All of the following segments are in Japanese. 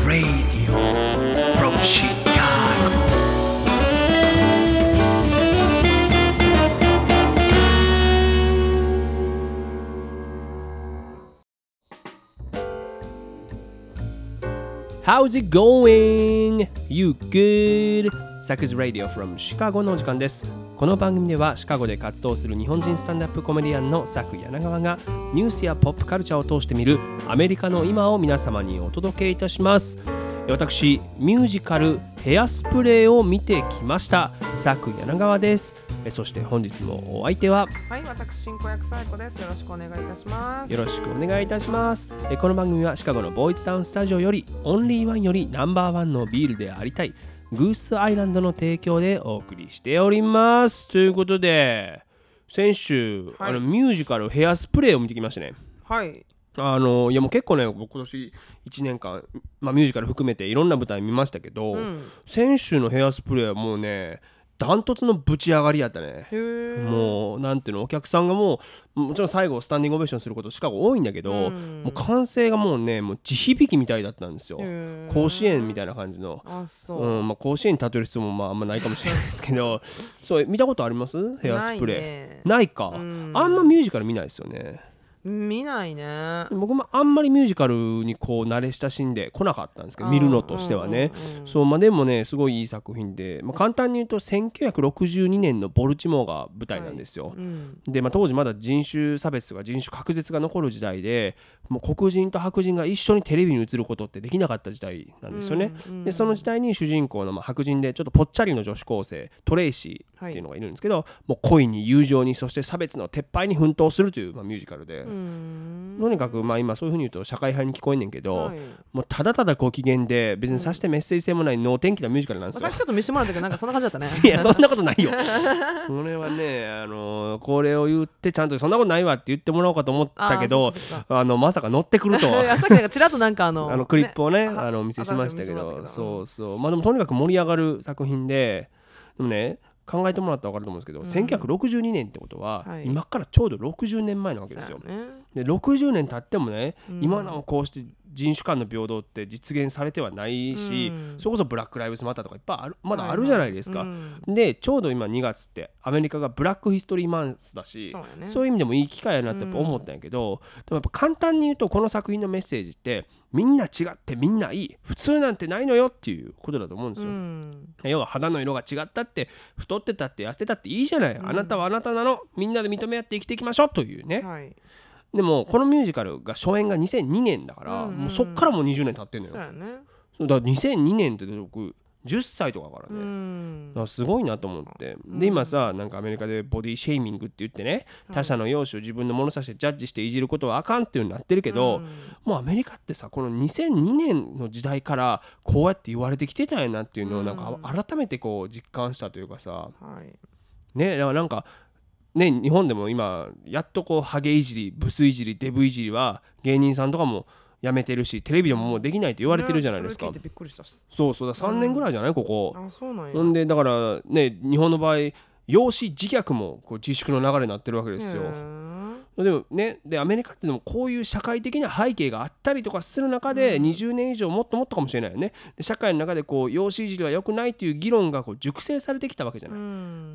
Radio from Chicago. How's it going? You good? サクズ Radio from Chicago のお時間です。この番組ではシカゴで活動する日本人スタンダップコメディアンのサク柳川がニュースやポップカルチャーを通して見るアメリカの今を皆様にお届けいたします。私、ミュージカルヘアスプレーを見てきました。サク柳川です。そして本日もお相手は、 はい、私進行役サイコです。よろしくお願いいたします。 よろしくお願いいたします。この番組はシカゴのボーイズタウンスタジオよりオンリーワンよりナンバーワンのビールでありたいグースアイランドの提供でお送りしております。ということで先週、 はい、 ミュージカルヘアスプレーを見てきましたね。 はい。 いやもう結構ね、僕今年1年間、ミュージカル含めていろんな舞台見ましたけど、先週のヘアスプレーはもうねダントツのぶち上がりやったね。もうなんていうの、お客さんがもちろん最後スタンディングオベーションすることシカゴ多いんだけど、もう歓声がもうねもう地響きみたいだったんですよ。甲子園みたいな感じの。甲子園に例える必要もあんまないかもしれないですけどそう見たことあります？ヘアスプレーないか、あんまミュージカル見ないですよね。 見ないね。 僕もあんまりミュージカルにこう慣れ親しんでこなかったんですけど、見るのとしてはね、そうでもねすごいいい作品で、簡単に言うと1962年のボルチモアが舞台なんですよ。で、当時まだ人種差別とか人種隔絶が残る時代で、もう黒人と白人が一緒にテレビに映ることってできなかった時代なんですよね。でその時代に主人公の白人でちょっとぽっちゃりの女子高生トレイシーっていうのがいるんですけど、もう恋に友情にそして差別の撤廃に奮闘するという、ミュージカルで、とにかく今そういう風に言うと社会派に聞こえんねんけど、もうただただご機嫌で別にさしてメッセージ性もない能天気なミュージカルなんですよ。 さっきちょっと見せてもらったけどなんかそんな感じだったねいやそんなことないよこれはね、これを言ってちゃんとそんなことないわって言ってもらおうかと思ったけど、まさか乗ってくるとはさっきなんかちらっとなんかクリップをねお見せしましたけど、そうでもとにかく盛り上がる作品で、でもね考えてもらったら分かると思うんですけど、1962年ってことは、今からちょうど60年前なわけですよ。で60年経ってもね、今のこうして人種間の平等って実現されてはないし、それこそブラックライブズマターとかいっぱいまだあるじゃないですか。でちょうど今2月ってアメリカがブラックヒストリーマンスだし、そういう意味でもいい機会やなってやっぱ思ったんやけど、でもやっぱ簡単に言うとこの作品のメッセージってみんな違ってみんないい、普通なんてないのよっていうことだと思うんですよ。要は肌の色が違ったって太ってたって痩せてたっていいじゃない、あなたはあなたなの、みんなで認め合って生きていきましょうというね、でもこのミュージカルが初演が2002年だから、もうそっからもう20年経ってんのよ。そうだから2002年って僕10歳とかからね、だからすごいなと思って。で今さ、なんかアメリカでボディシェイミングって言ってね、他者の容姿を自分の物差しでジャッジしていじることはあかんっていうのになってるけど、もうアメリカってさこの2002年の時代からこうやって言われてきてたんやなっていうのをなんか改めてこう実感したというかさ、ね、だからなんかね、日本でも今やっとこうハゲいじり、ブスいじり、デブいじりは芸人さんとかもやめてるし、テレビでももうできないと言われてるじゃないですか。そうだ3年ぐらいじゃないここ。ほんでだからね、日本の場合養子自虐もこう自粛の流れになってるわけですよ。でもね、でアメリカってでもこういう社会的な背景があったりとかする中で、20年以上もっとかもしれないよね。社会の中でこう養子いじりは良くないという議論がこう熟成されてきたわけじゃない、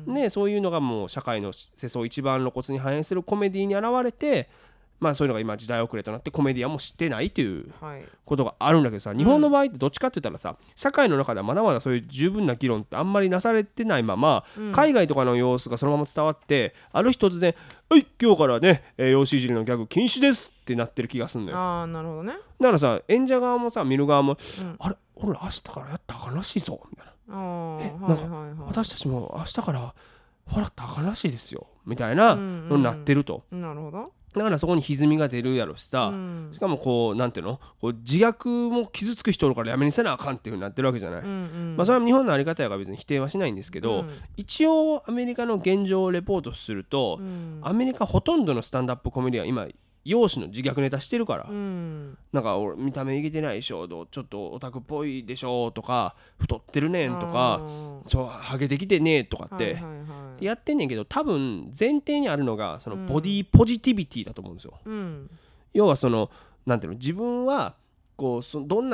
ね、そういうのがもう社会の世相を一番露骨に反映するコメディに現れて、そういうのが今時代遅れとなってコメディアンも知ってないということがあるんだけどさ、日本の場合ってどっちかって言ったらさ、社会の中ではまだまだそういう十分な議論ってあんまりなされてないまま、海外とかの様子がそのまま伝わって、ある日突然はい今日からね、養子いじりのギャグ禁止ですってなってる気がすんのよ。 なるほどね。 だからさ、演者側もさ見る側も、あれ俺ら明日からやったらあかんらしいぞみたいな、なんか私たちも明日から笑ったらあかんらしいですよみたいなのになってると。なるほど。だからそこに歪みが出るやろしさ、しかもこうなんていうの、こう自虐も傷つく人おるからやめにせなあかんっていう風になってるわけじゃない、それは日本のあり方やから別に否定はしないんですけど、一応アメリカの現状をレポートすると、アメリカほとんどのスタンダップコメディは今容姿の自虐ネタしてるから、なんか俺見た目いけてないでしょ、ちょっとオタクっぽいでしょとか、太ってるねんとか、そうハゲてきてねとかってやってんねんけど、多分前提にあるのがそのボディポジティビティだと思うんですよ、要はそのなんていうの、自分はこうどんな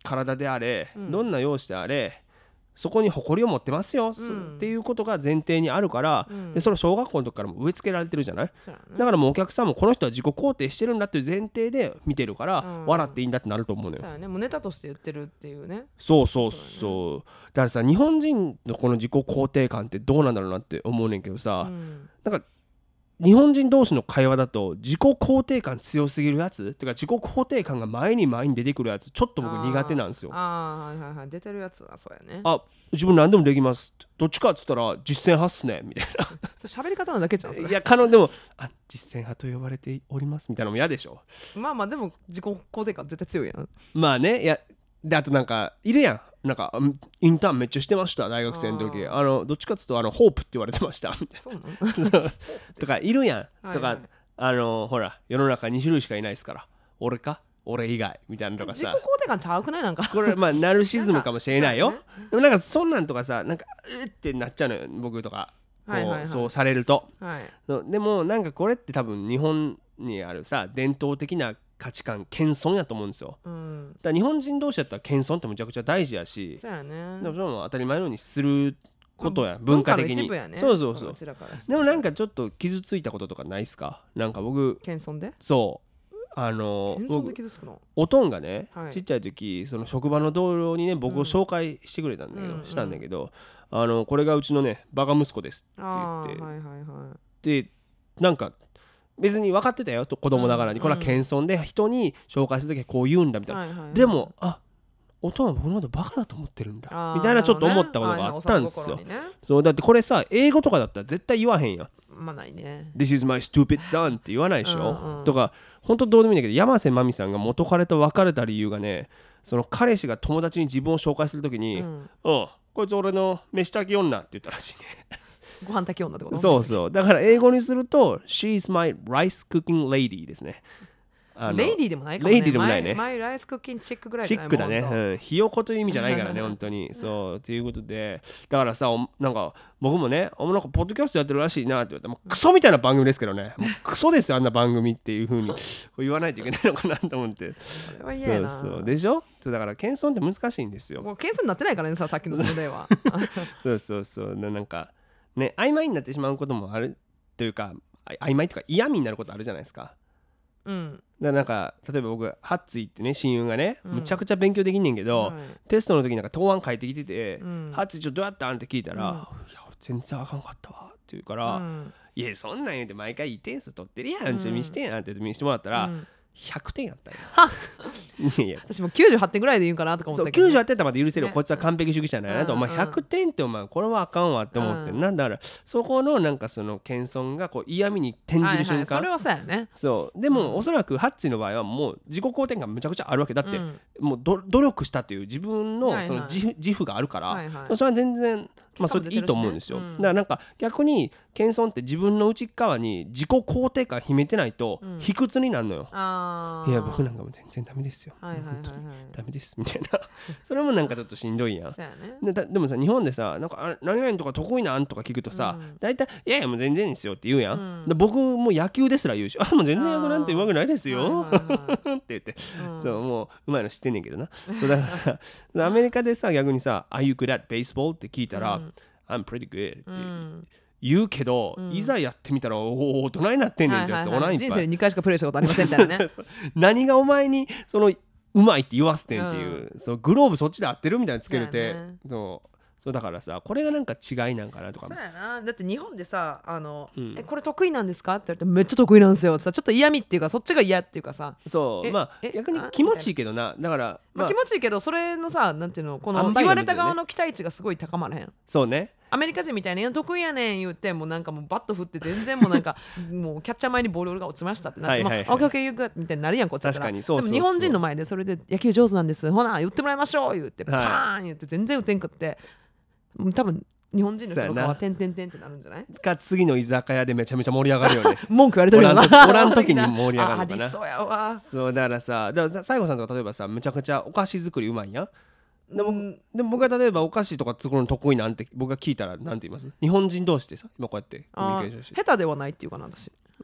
体であれ、どんな容姿であれそこに誇りを持ってますよ、っていうことが前提にあるから、でそれ小学校の時からも植え付けられてるじゃない、だからもうお客さんもこの人は自己肯定してるんだっていう前提で見てるから、笑っていいんだってなると思うのよ。 そうやね、もうネタとして言ってるっていうね。 そうだからさ、日本人のこの自己肯定感ってどうなんだろうなって思うねんけどさ、なんか日本人同士の会話だと自己肯定感強すぎるやつってか自己肯定感が前に出てくるやつちょっと僕苦手なんですよ。 はい出てるやつはそうやね。 自分何でもできます、どっちかっつったら実践派っすねみたいなそれ喋り方なだけじゃんそれ。 いやでも実践派と呼ばれておりますみたいなのも嫌でしょ。 まあでも自己肯定感絶対強いやん。 まあね、いやであとなんかいるやん、なんかインターンめっちゃしてました大学生の時、どっちかっつうとホープって言われてましたみたいな。 そうなのそうとかいるやん、とかはいはい、 ほら世の中2種類しかいないですから俺以外みたいなとかさ、 自己肯定感ちゃうくないなんかこれまあナルシズムかもしれないよ、ね、でもなんかそんなんとかさ、なんかってなっちゃうのよ僕とかこう、そうされると、でもなんかこれって多分日本にあるさ伝統的な価値観謙遜やと思うんですよ、だから日本人同士だったら謙遜ってむちゃくちゃ大事やし、 そうやね、 でもそれも当たり前のようにすることや、文化的に、 文化の一部やね、 そうでもなんかちょっと傷ついたこととかないっすか？なんか僕謙遜で僕おとんがね、ちっちゃい時その職場の同僚にね僕を紹介してくれたんだけど、したんだけど、これがうちのねバカ息子ですって言って、でなんか別に分かってたよと子供ながらに、これは謙遜で人に紹介する時はこう言うんだみたいな、でもおとんは僕のことバカだと思ってるんだみたいなちょっと思ったことがあったんですよ。そうだってこれさ英語とかだったら絶対言わへんやん。 まあないね。 This is my stupid son って言わないでしょ、とか本当どうでもいいんだけど、山瀬まみさんが元彼と別れた理由がね、その彼氏が友達に自分を紹介するときに、こいつ俺の飯炊き女って言ったらしいねご飯炊き女ってこと？ そうだから英語にすると She's my rice cooking lady ですね。 レイディーでもないかもね。 レイディーでもないね。 マイライスクッキンチックぐらいじゃない。チックだね。ひよこという意味じゃないからね本当に。そうということで、だからさ、なんか僕もね、なんかポッドキャストやってるらしいなって言ってもうクソみたいな番組ですけどね、もうクソですよあんな番組っていう風に言わないといけないのかなと思って。 それは嫌やな。 そうでしょ。そうだから謙遜って難しいんですよ。 もう謙遜になってないからねさっきのそれは。 そうなんかね、曖昧になってしまうこともあるというか、曖昧というか嫌味になることあるじゃないですか。だからなんか例えば僕ハッツィってね親友がね、むちゃくちゃ勉強できんねんけど、テストの時なんか答案書いてきてて、ハッツィちょっとどうやったんって聞いたら、いや俺全然あかんかったわって言うから、いやそんなん言うて毎回いい点数取ってるやん、ちょっと見してやんって見してもらったら、100点やったよいや私も98点ぐらいで言うかなとか思ったけど、 98点まで許せるよ、こいつは完璧主義者なんやなと、お前100点ってお前これはあかんわって思って、なんだからそこのなんかその謙遜がこう嫌味に転じる瞬間、 それはそうやね。 そうでもおそらくハッチの場合はもう自己肯定感むちゃくちゃあるわけだって、もう努力したっていう自分のその自負があるから、それは全然それでいいと思うんですよ。だからなんか逆に謙遜って自分の内側に自己肯定感秘めてないと卑屈になるのよ。いや僕なんかも全然ダメですよ、ダメですみたいなそれもなんかちょっとしんどいやん。でもさ日本でさなんか何々とか得意なんとか聞くとさ、大体いやもう全然ですよって言うやん。僕も野球ですら言うし、もう全然野球なんてうまくないですよって言って、そうもううまいの知ってんねんけどな。そうだからアメリカでさ逆にさ Are you good at baseball? って聞いたら、I'm pretty good って言うけど、いざやってみたら大人になってんねんってやつおらんいっぱい。 人生で2回しかプレーしたことありませんみたいなね。 何がお前にそのうまいって言わせてんっていう、そうグローブそっちで合ってるみたいにつけるて、そうだからさこれがなんか違いなんかなとか。 そうやな。だって日本でさこれ得意なんですかって言われてめっちゃ得意なんですよってさ、ちょっと嫌味っていうかそっちが嫌っていうかさ、 そう逆に気持ちいいけどな。だから気持ちいいけどそれのさなんていうのこの言われた側の期待値がすごい高まらへん。 そうね。 アメリカ人みたいに得意やねん言ってもうなんかもうバット振って全然もうなんかもうキャッチャー前にボールが落ちましたってなってオッケーオッケー言うかみたいになるやんこっちだったら。でも日本人の前でそれで野球上手なんですほな言ってもらいましょう言ってパーン言って全然打てんくって多分日本人の人の顔はてんてんてんってなるんじゃないか。次の居酒屋でめちゃめちゃ盛り上がるよね文句言われてるよなおらん時に盛り上がるのかな。 そうやわ。 そうだからさ西郷さんとか例えばさめちゃくちゃお菓子作りうまいやん。でも僕が例えばお菓子とか作るの得意なんて僕が聞いたらなんて言います？日本人同士でさ今こうやってコミュニケーションして下手ではないっていうかな私。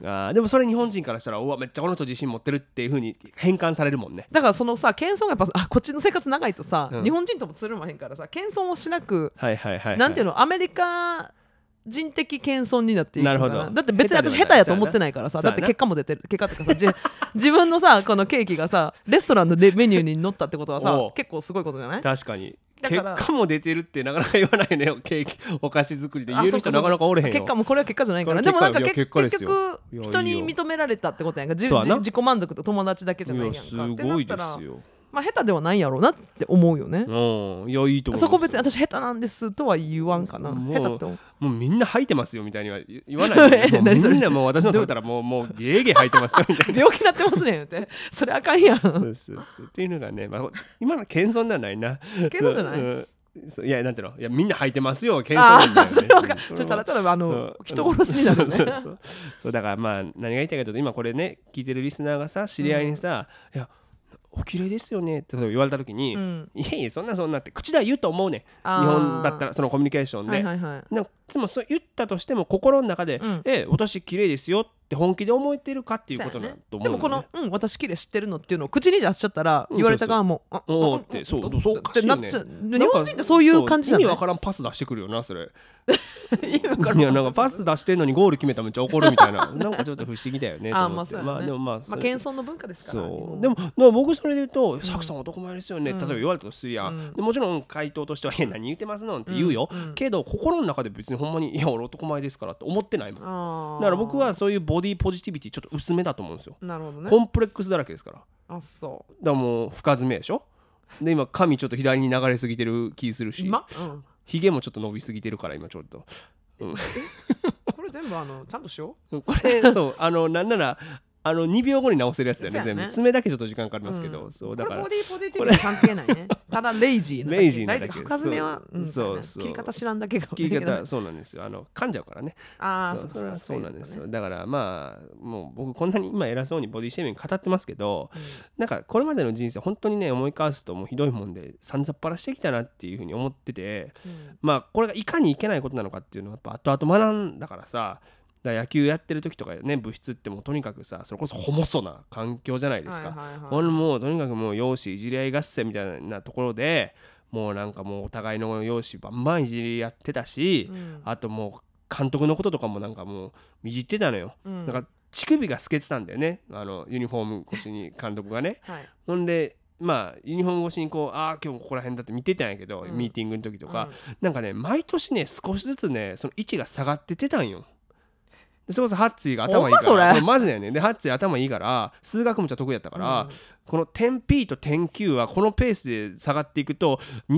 でもそれ日本人からしたらうわめっちゃこの人自信持ってるっていう風に変換されるもんね。 だからそのさ謙遜がやっぱこっちの生活長いとさ、日本人ともつるまへんからさ謙遜をしなく、なんていうのアメリカ人的謙遜になっていくのかな。だって別に私下手やと思ってないからさ、だって結果も出てる、結果ってかさ自分のさこのケーキがさレストランのメニューに載ったってことはさ結構すごいことじゃない？ 確かに結果も出てるってなかなか言わないねケーキお菓子作りで言える人なかなかおれへんよ。 結果もこれは結果じゃないから。でもなんか結局人に認められたってことやんか。自己満足と友達だけじゃないやんか。 すごいですよ。 まあ下手ではないやろうなって思うよね。 いやいいと思う。 そこ別に私下手なんですとは言わんかな。下手ってもうみんな吐いてますよみたいには言わないでみんなもう私の食べたらもうゲーゲー吐いてますよみたいな病気になってますねってそれあかんやん。 そうっていうのがね、今の謙遜ではないな。 謙遜じゃないいやなんていうのいやみんな吐いてますよ謙遜なんだよね。 それはそれたら人殺しになるね。 そうだからまあ何が言いたいかというと今これね聞いてるリスナーがさ知り合いにさいやお綺麗ですよねって言われた時に、いやいやそんなって口では言うと思うね。日本だったらそのコミュニケーションで、でもそう言ったとしても心の中で、私綺麗ですよって本気で思えてるかっていうことだと思う、ね。でもこの、私綺麗知ってるのっていうのを口に出しちゃったら言われた側もおってそうおかしいよね。 日本人ってそういう感じじゃない？ 意味わからんパス出してくるよなそれ。いやなんかパス出してんのにゴール決めたらめっちゃ怒るみたいななんかちょっと不思議だよねと思って。でも謙遜の文化ですから。 でも僕それで言うとサクさん男前ですよね例えば言われたとするやん。でもちろん回答としては何言ってますのって言うよけど心の中で別にほんまにいや俺男前ですからって思ってないもん。だから僕はそういうボディポジティビティちょっと薄めだと思うんですよ。 なるほどね。 コンプレックスだらけですから。 あそうだからもう深爪でしょ。で今髪ちょっと左に流れすぎてる気するしひげもちょっと伸びすぎてるから今ちょっと、 これ全部ちゃんとしようこれそうなんなら2秒後に直せるやつだよね全部。爪だけちょっと時間かかりますけど、そうだからこれボディポジティブに関係ないね。ただレイジーなだけ。深爪は切り方知らんだけが切り方そうなんですよ噛んじゃうからね。そうなんですよ。だからまあもう僕こんなに今偉そうにボディシェーミング語ってますけど、なんかこれまでの人生本当にね思い返すともうひどいもんでさんざっぱらしてきたなっていうふうに思ってて、まあこれがいかにいけないことなのかっていうのはやっぱ後々学んだからさ。だ野球やってる時とかね部室ってもうとにかくさそれこそホモソな環境じゃないですか。俺もうとにかくもう容姿いじり合い合戦みたいなところでもうなんかもうお互いの容姿バンバンいじり合ってたし、あともう監督のこととかもなんかもういじってたのよ。なんか乳首が透けてたんだよねユニフォーム越しに監督がね。ほんでまあユニフォーム越しにこう今日もここら辺だって見てたんやけど、ミーティングの時とか、なんかね毎年ね少しずつねその位置が下がっててたんよ。それこそハッツィが頭いいからマジだよね。でハッツィ頭いいから数学もちゃ得意だったから、この 10P と 10Q はこのペースで下がっていくと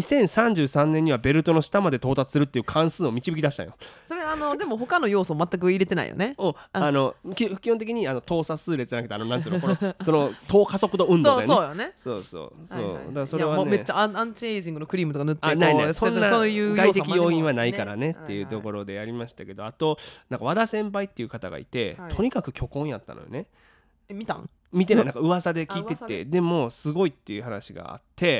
2033年にはベルトの下まで到達するっていう関数を導き出したんよ。 それでも他の要素全く入れてないよね。 基本的に等差数列じゃなくてなんつうのその等加速度運動だよね。 そうよね。 そうだからそれはねめっちゃアンチエイジングのクリームとか塗ってないそういう外的要因はないからねっていうところでやりましたけど、あとなんか和田先輩っていう方がいて、とにかく巨根やったのよね。見てないなんか噂で聞いてて、でもすごいっていう話があって、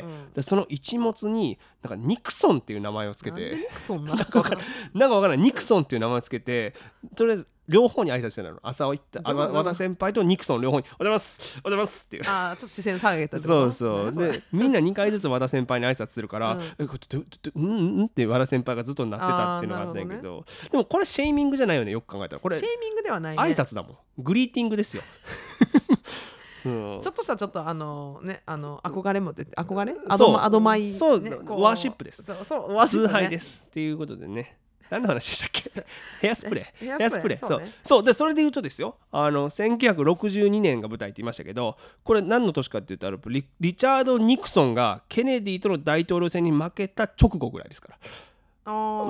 でその一物になんかニクソンっていう名前をつけて、なんかわからないニクソンっていう名前をつけて、とりあえず両方に挨拶してたの。朝を行った和田先輩とニクソン両方におはようございますおはようございますっていうちょっと視線下げたってこと。そうでみんな2回ずつ和田先輩に挨拶するからって和田先輩がずっとなってたっていうのがあったんやけど、でもこれシェーミングじゃないよね。よく考えたらこれシェーミングではないね。 挨拶だもん。グリーティングですよ。 ちょっとした憧れも出て憧れアドマイそうワーシップです。崇拝ですっていうことでね。何の話でしたっけ？ヘアスプレー。そうでそれで言うとですよ1962年が舞台って言いましたけど、これ何の年かって言ったらリチャード・ニクソンがケネディとの大統領選に負けた直後ぐらいですから。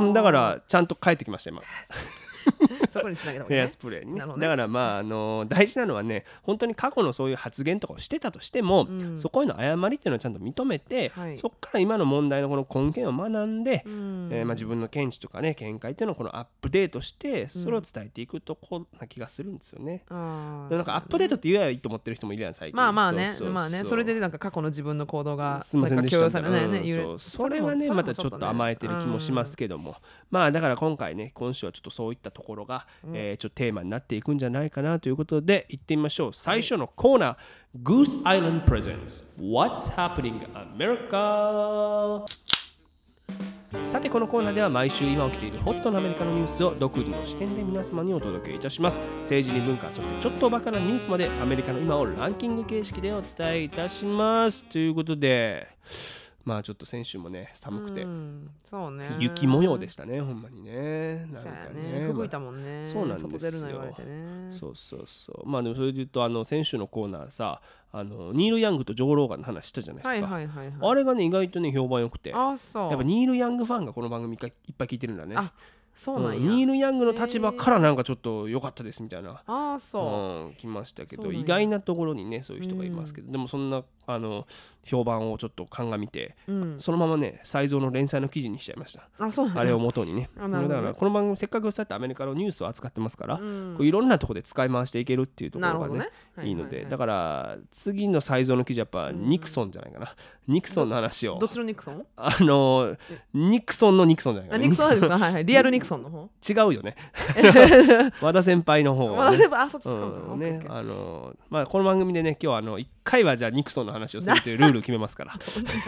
だからちゃんと帰ってきました今。 そこにつなげたわけね、ヘアスプレーに、ね、だからまあ、大事なのはね本当に過去のそういう発言とかをしてたとしても、そこへの誤りっていうのをちゃんと認めて、そこから今の問題のこの根源を学んで、自分の見地とかね見解っていうのをこのアップデートしてそれを伝えていくとこな気がするんですよね。なんかアップデートって言えばいいと思ってる人もいるやん最近。 まあねそれでなんか過去の自分の行動がすいませんでしたねそれはねまたちょっと甘えてる気もしますけども、まあだから今回ね今週はちょっとそういったところが、ちょっとテーマになっていくんじゃないかなということで行ってみましょう。最初のコーナー、Goose Island Presents What's Happening America。さてこのコーナーでは毎週今起きているホットなアメリカのニュースを独自の視点で皆様にお届けいたします。政治に文化、そしてちょっとおバカなニュースまでアメリカの今をランキング形式でお伝えいたしますということで、まあちょっと先週もね寒くて、 そうね、 雪模様でしたね、ほんまにね。なんかね、 吹雪いたもんね。 そうなんですよ。 外出るな言われてね。 そうまあでもそれで言うと先週のコーナーさ、ニール・ヤングとジョー・ローガンの話したじゃないですか。あれがね意外とね評判良くて、やっぱニール・ヤングファンがこの番組いっぱい聞いてるんだね。 そうなんや。 ニール・ヤングの立場からなんかちょっと良かったですみたいな来ましたけど、意外なところにねそういう人がいますけど、でもそんな評判をちょっと鑑みて、そのままね才蔵の連載の記事にしちゃいました。あれを元にね。だからこの番組せっかくそうやってアメリカのニュースを扱ってますから、こういろんなところで使い回していけるっていうところがねいいので、だから次の才蔵の記事はやっぱニクソンじゃないかな。ニクソンの話を。 どっちのニクソン？ ニクソンのニクソンじゃないかな。 ニクソンですか？はいはい。リアルニクソンの方？ 違うよね。和田先輩の方。 和田先輩、そっち使うのね。まあこの番組でね今日は1回はじゃあニクソンの話をするというルールを決めますから。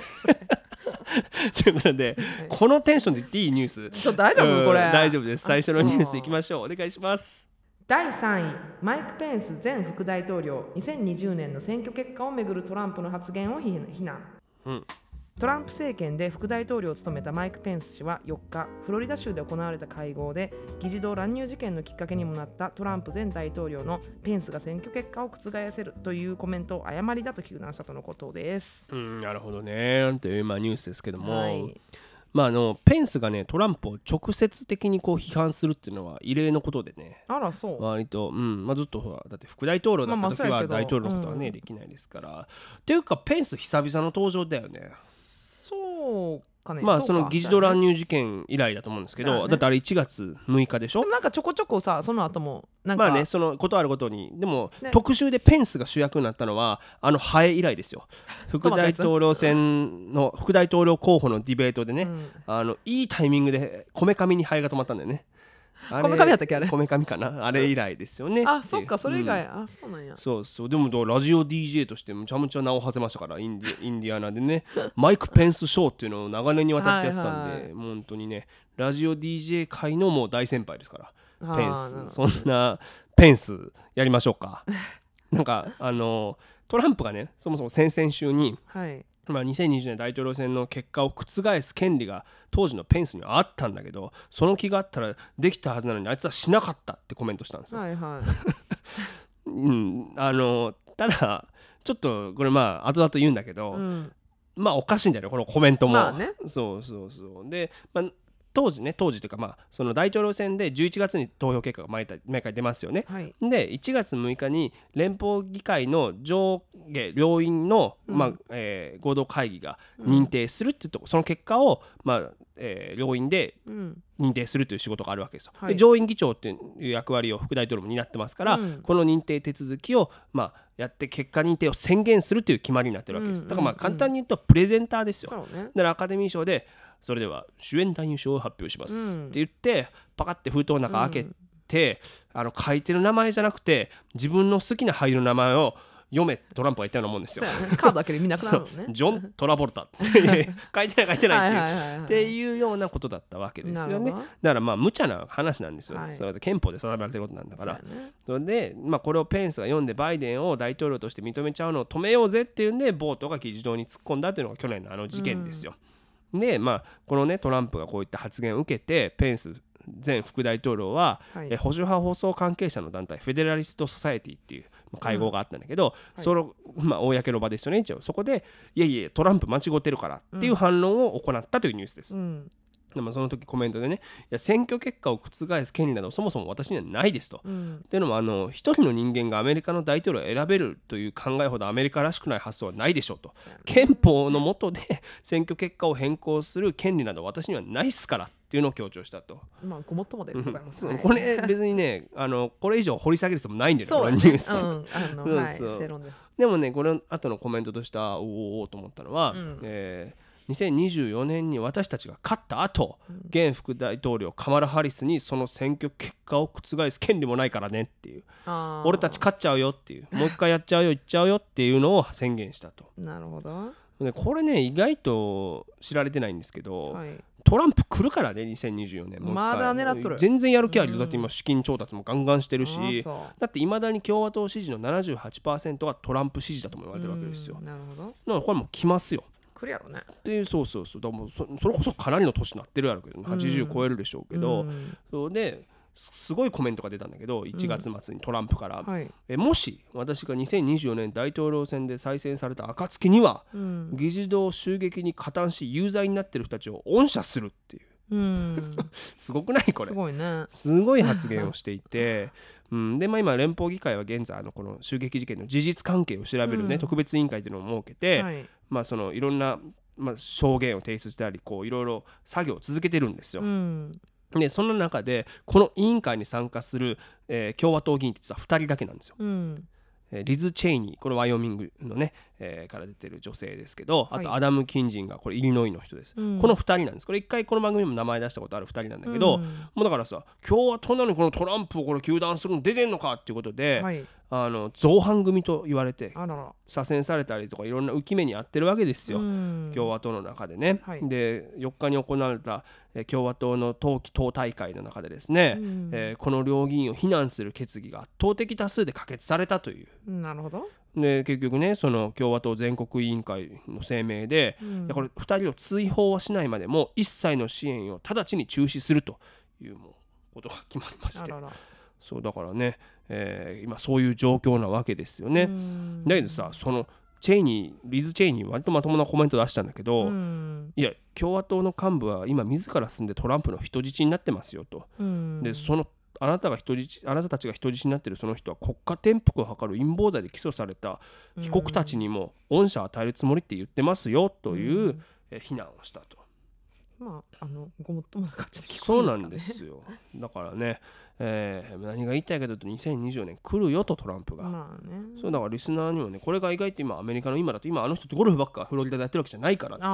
ということで、このテンションで言っていいニュース？ ちょっと大丈夫これ？ 大丈夫です。最初のニュースいきましょう。お願いします。 第3位、マイク・ペンス前副大統領、2020年の選挙結果をめぐるトランプの発言を非難。トランプ政権で副大統領を務めたマイク・ペンス氏は4日、フロリダ州で行われた会合で議事堂乱入事件のきっかけにもなったトランプ前大統領のペンスが選挙結果を覆せるというコメントを誤りだと非難したとのことです。 なるほどねというニュースですけども、まあペンスがねトランプを直接的にこう批判するっていうのは異例のことでね。割と、ずっとだって副大統領だった時は大統領のことはねできないですから。っていうかペンス久々の登場だよね。 そうかね。 まあその議事堂乱入事件以来だと思うんですけど、だってあれ1月6日でしょ。 なんかちょこちょこさその後もなんかまあねそのことあるごとにでも、特集でペンスが主役になったのはハエ以来ですよ。副大統領選の副大統領候補のディベートでね、いいタイミングでこめかみにハエが止まったんだよね。 こめかみだったっけあれ？ こめかみかなあれ以来ですよね。 そっかそれ以外、そうなんや。 そうでもラジオ DJ としてむちゃむちゃ名を馳せましたからインディアナでねマイク・ペンスショーっていうのを長年にわたってやってたんで、もう本当にねラジオ DJ 界のもう大先輩ですからペンス。そんなペンスやりましょうか。なんかトランプがねそもそも先々週に、2020年大統領選の結果を覆す権利が当時のペンスにはあったんだけど、その気があったらできたはずなのにあいつはしなかったってコメントしたんですよ。ただちょっとこれ後々言うんだけど、おかしいんだよこのコメントも。そうで、当時というかその大統領選で11月に投票結果が毎回出ますよね。で1月6日に連邦議会の上下両院の合同会議が認定するっていうところ、その結果を両院で認定するという仕事があるわけですよ。で上院議長っていう役割を副大統領も担ってますから、この認定手続きをやって結果認定を宣言するという決まりになってるわけです。だから簡単に言うとプレゼンターですよ。だからアカデミー賞でそれでは主演男優賞を発表しますって言ってパカッて封筒の中開けて、書いてる名前じゃなくて自分の好きな俳優の名前を読めトランプが言ったようなもんですよ。 カードだけで見なくなるのね。 ジョン・トラボルタって書いてないっていうようなことだったわけですよね。だから無茶な話なんですよ。それは憲法で定められてることなんだから。それでこれをペンスが読んでバイデンを大統領として認めちゃうのを止めようぜっていうんでボートが議事堂に突っ込んだというのが去年の事件ですよ。でこのねトランプがこういった発言を受けてペンス前副大統領は、保守派放送関係者の団体フェデラリスト・ソサエティっていう会合があったんだけど、その公の場ですよね。そこでいやトランプ間違ってるからっていう反論を行ったというニュースです。でもその時コメントでね、選挙結果を覆す権利などそもそも私にはないですと。っていうのも一人の人間がアメリカの大統領を選べるという考えほどアメリカらしくない発想はないでしょうと。憲法の下で選挙結果を変更する権利など私にはないっすからっていうのを強調したと。 ごもっともでございます、 これ別にねこれ以上掘り下げる必要もないんだよね、このニュース。でもねこれ後のコメントとしてはおおと思ったのは、 2024年に私たちが勝った後、現副大統領カマラ・ハリスにその選挙結果を覆す権利もないからねっていう、俺たち勝っちゃうよっていう、もう一回やっちゃうよ言っちゃうよっていうのを宣言したと。 なるほど。 これね意外と知られてないんですけど、トランプ来るからね2024年もう一回まだ狙っとる。 全然やる気あるよ。だって今資金調達もガンガンしてるし、だっていまだに共和党支持の 78% がトランプ支持だとも言われてるわけですよ。 なるほど。 だからこれもう来ますよ。 来るやろね。 でそうだからもう それこそかなりの年になってるやろうけど、ね、80超えるでしょうけど、そうですごいコメントが出たんだけど1月末にトランプから、もし私が2024年大統領選で再選された暁には、議事堂襲撃に加担し有罪になってる人たちを恩赦するっていう、すごくないこれ。 すごいね。 すごい発言をしていてで、今連邦議会は現在この襲撃事件の事実関係を調べる、ね特別委員会というのを設けて、そのいろんな、証言を提出したりいろいろ作業を続けてるんですよ。でその中でこの委員会に参加する、共和党議員って実は2人だけなんですよ。リズ・チェイニー、これワイオミングのね、から出てる女性ですけど、あとアダム・キンジンがこれイリノイの人です、この2人なんです。これ一回この番組にも名前出したことある2人なんだけど、もうだからさ共和党なのにこのトランプをこれ糾弾するの出てんのかっていうことで、造反組と言われて左遷されたりとかいろんな浮き目にあってるわけですよ、共和党の中でね。で4日に行われた共和党の党大会の中でですね、この両議員を非難する決議が圧倒的多数で可決されたという。 なるほど。 で結局ねその共和党全国委員会の声明で、これ2人を追放はしないまでも一切の支援を直ちに中止するということが決まりまして、そうだからね、今そういう状況なわけですよね。だけどさそのリズ・チェイニー割とまともなコメント出したんだけど、いや共和党の幹部は今自ら住んでトランプの人質になってますよと。であなたたちが人質になっているその人は国家転覆を図る陰謀罪で起訴された被告たちにも恩赦を与えるつもりって言ってますよという、非難をしたと。 ごもっともな感じで聞こえますかね。 そうなんですよ。だからね、何が言いたいかというと2024年来るよとトランプが、そうだからリスナーにもねこれが意外と今アメリカの今だとあの人ってゴルフばっかフロリダでやってるわけじゃないからっていう。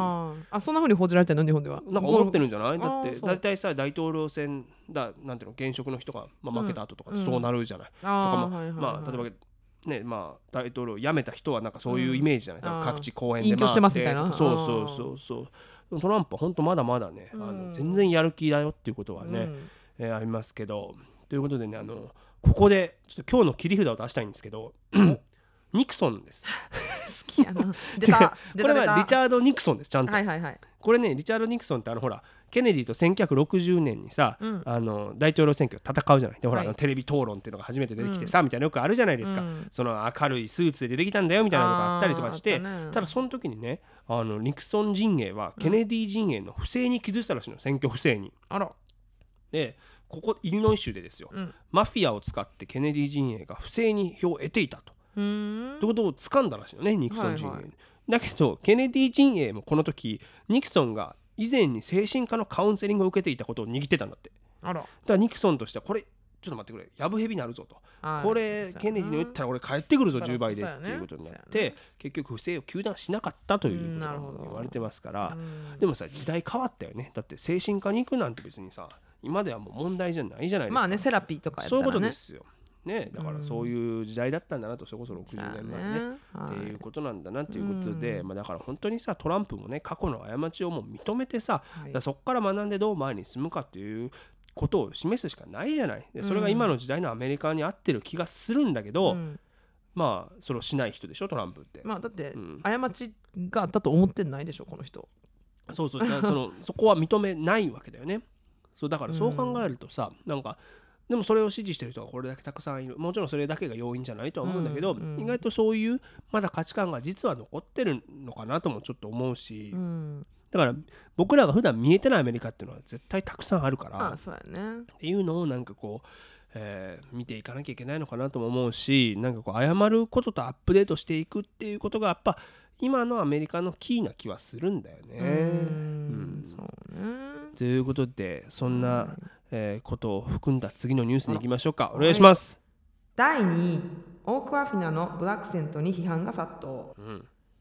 そんな風に報じられてるの日本では。 なんか思ってるんじゃない？だって大体さ大統領選なんていうの現職の人が、負けた後とかそうなるじゃない、とか例えばね大統領辞めた人はなんかそういうイメージじゃない、各地公園で隠居してますみたいな。 そうトランプは本当まだまだね、全然やる気だよっていうことはね、ありますけど、ということでねここでちょっと今日の切り札を出したいんですけどニクソンです好きやな。出たこれはリチャード・ニクソンです。ちゃんと、これねリチャード・ニクソンってほらケネディと1960年にさ、大統領選挙戦うじゃない。でほら、テレビ討論っていうのが初めて出てきてさ、みたいなよくあるじゃないですか、その明るいスーツで出てきたんだよみたいなのがあったりとかして、ただその時にねニクソン陣営はケネディ陣営の不正に気づいたらしいの、選挙不正に。でここイリノイ州でですよ、マフィアを使ってケネディ陣営が不正に票を得ていたとということを掴んだらしいのね、ニクソン陣営、だけどケネディ陣営もこの時ニクソンが以前に精神科のカウンセリングを受けていたことを握ってたんだって。だからニクソンとしてはこれちょっと待ってくれ、やぶへびになるぞと、これケネディに言ったら俺帰ってくるぞ10倍でっていうことになって、結局不正を糾弾しなかったということが言われてますから。でもさ時代変わったよね。だって精神科に行くなんて別にさ今ではもう問題じゃないじゃないですか。 セラピーとかやったらね、 そういうことですよね。だからそういう時代だったんだなと、それこそ60年前ねっていうことなんだなということで、だから本当にさトランプもね過去の過ちをもう認めてさ、そこから学んでどう前に進むかっていうことを示すしかないじゃない。でそれが今の時代のアメリカに合ってる気がするんだけど、それをしない人でしょトランプって。 だって過ちがあったと思ってないでしょこの人。 そうそこは認めないわけだよね。そうだからそう考えるとさ、なんかでもそれを支持してる人がこれだけたくさんいる。もちろんそれだけが要因じゃないとは思うんだけど、意外とそういうまだ価値観が実は残ってるのかなともちょっと思うし、だから僕らが普段見えてないアメリカっていうのは絶対たくさんあるから、 そうやね、 っていうのをなんかこう、見ていかなきゃいけないのかなとも思うし、なんかこう謝ることとアップデートしていくっていうことがやっぱ今のアメリカのキーな気はするんだよね。 そうね。 ということでそんな、ことを含んだ次のニュースに行きましょうか。お願いします。 第2位、オークアフィナのブラックセントに批判が殺到。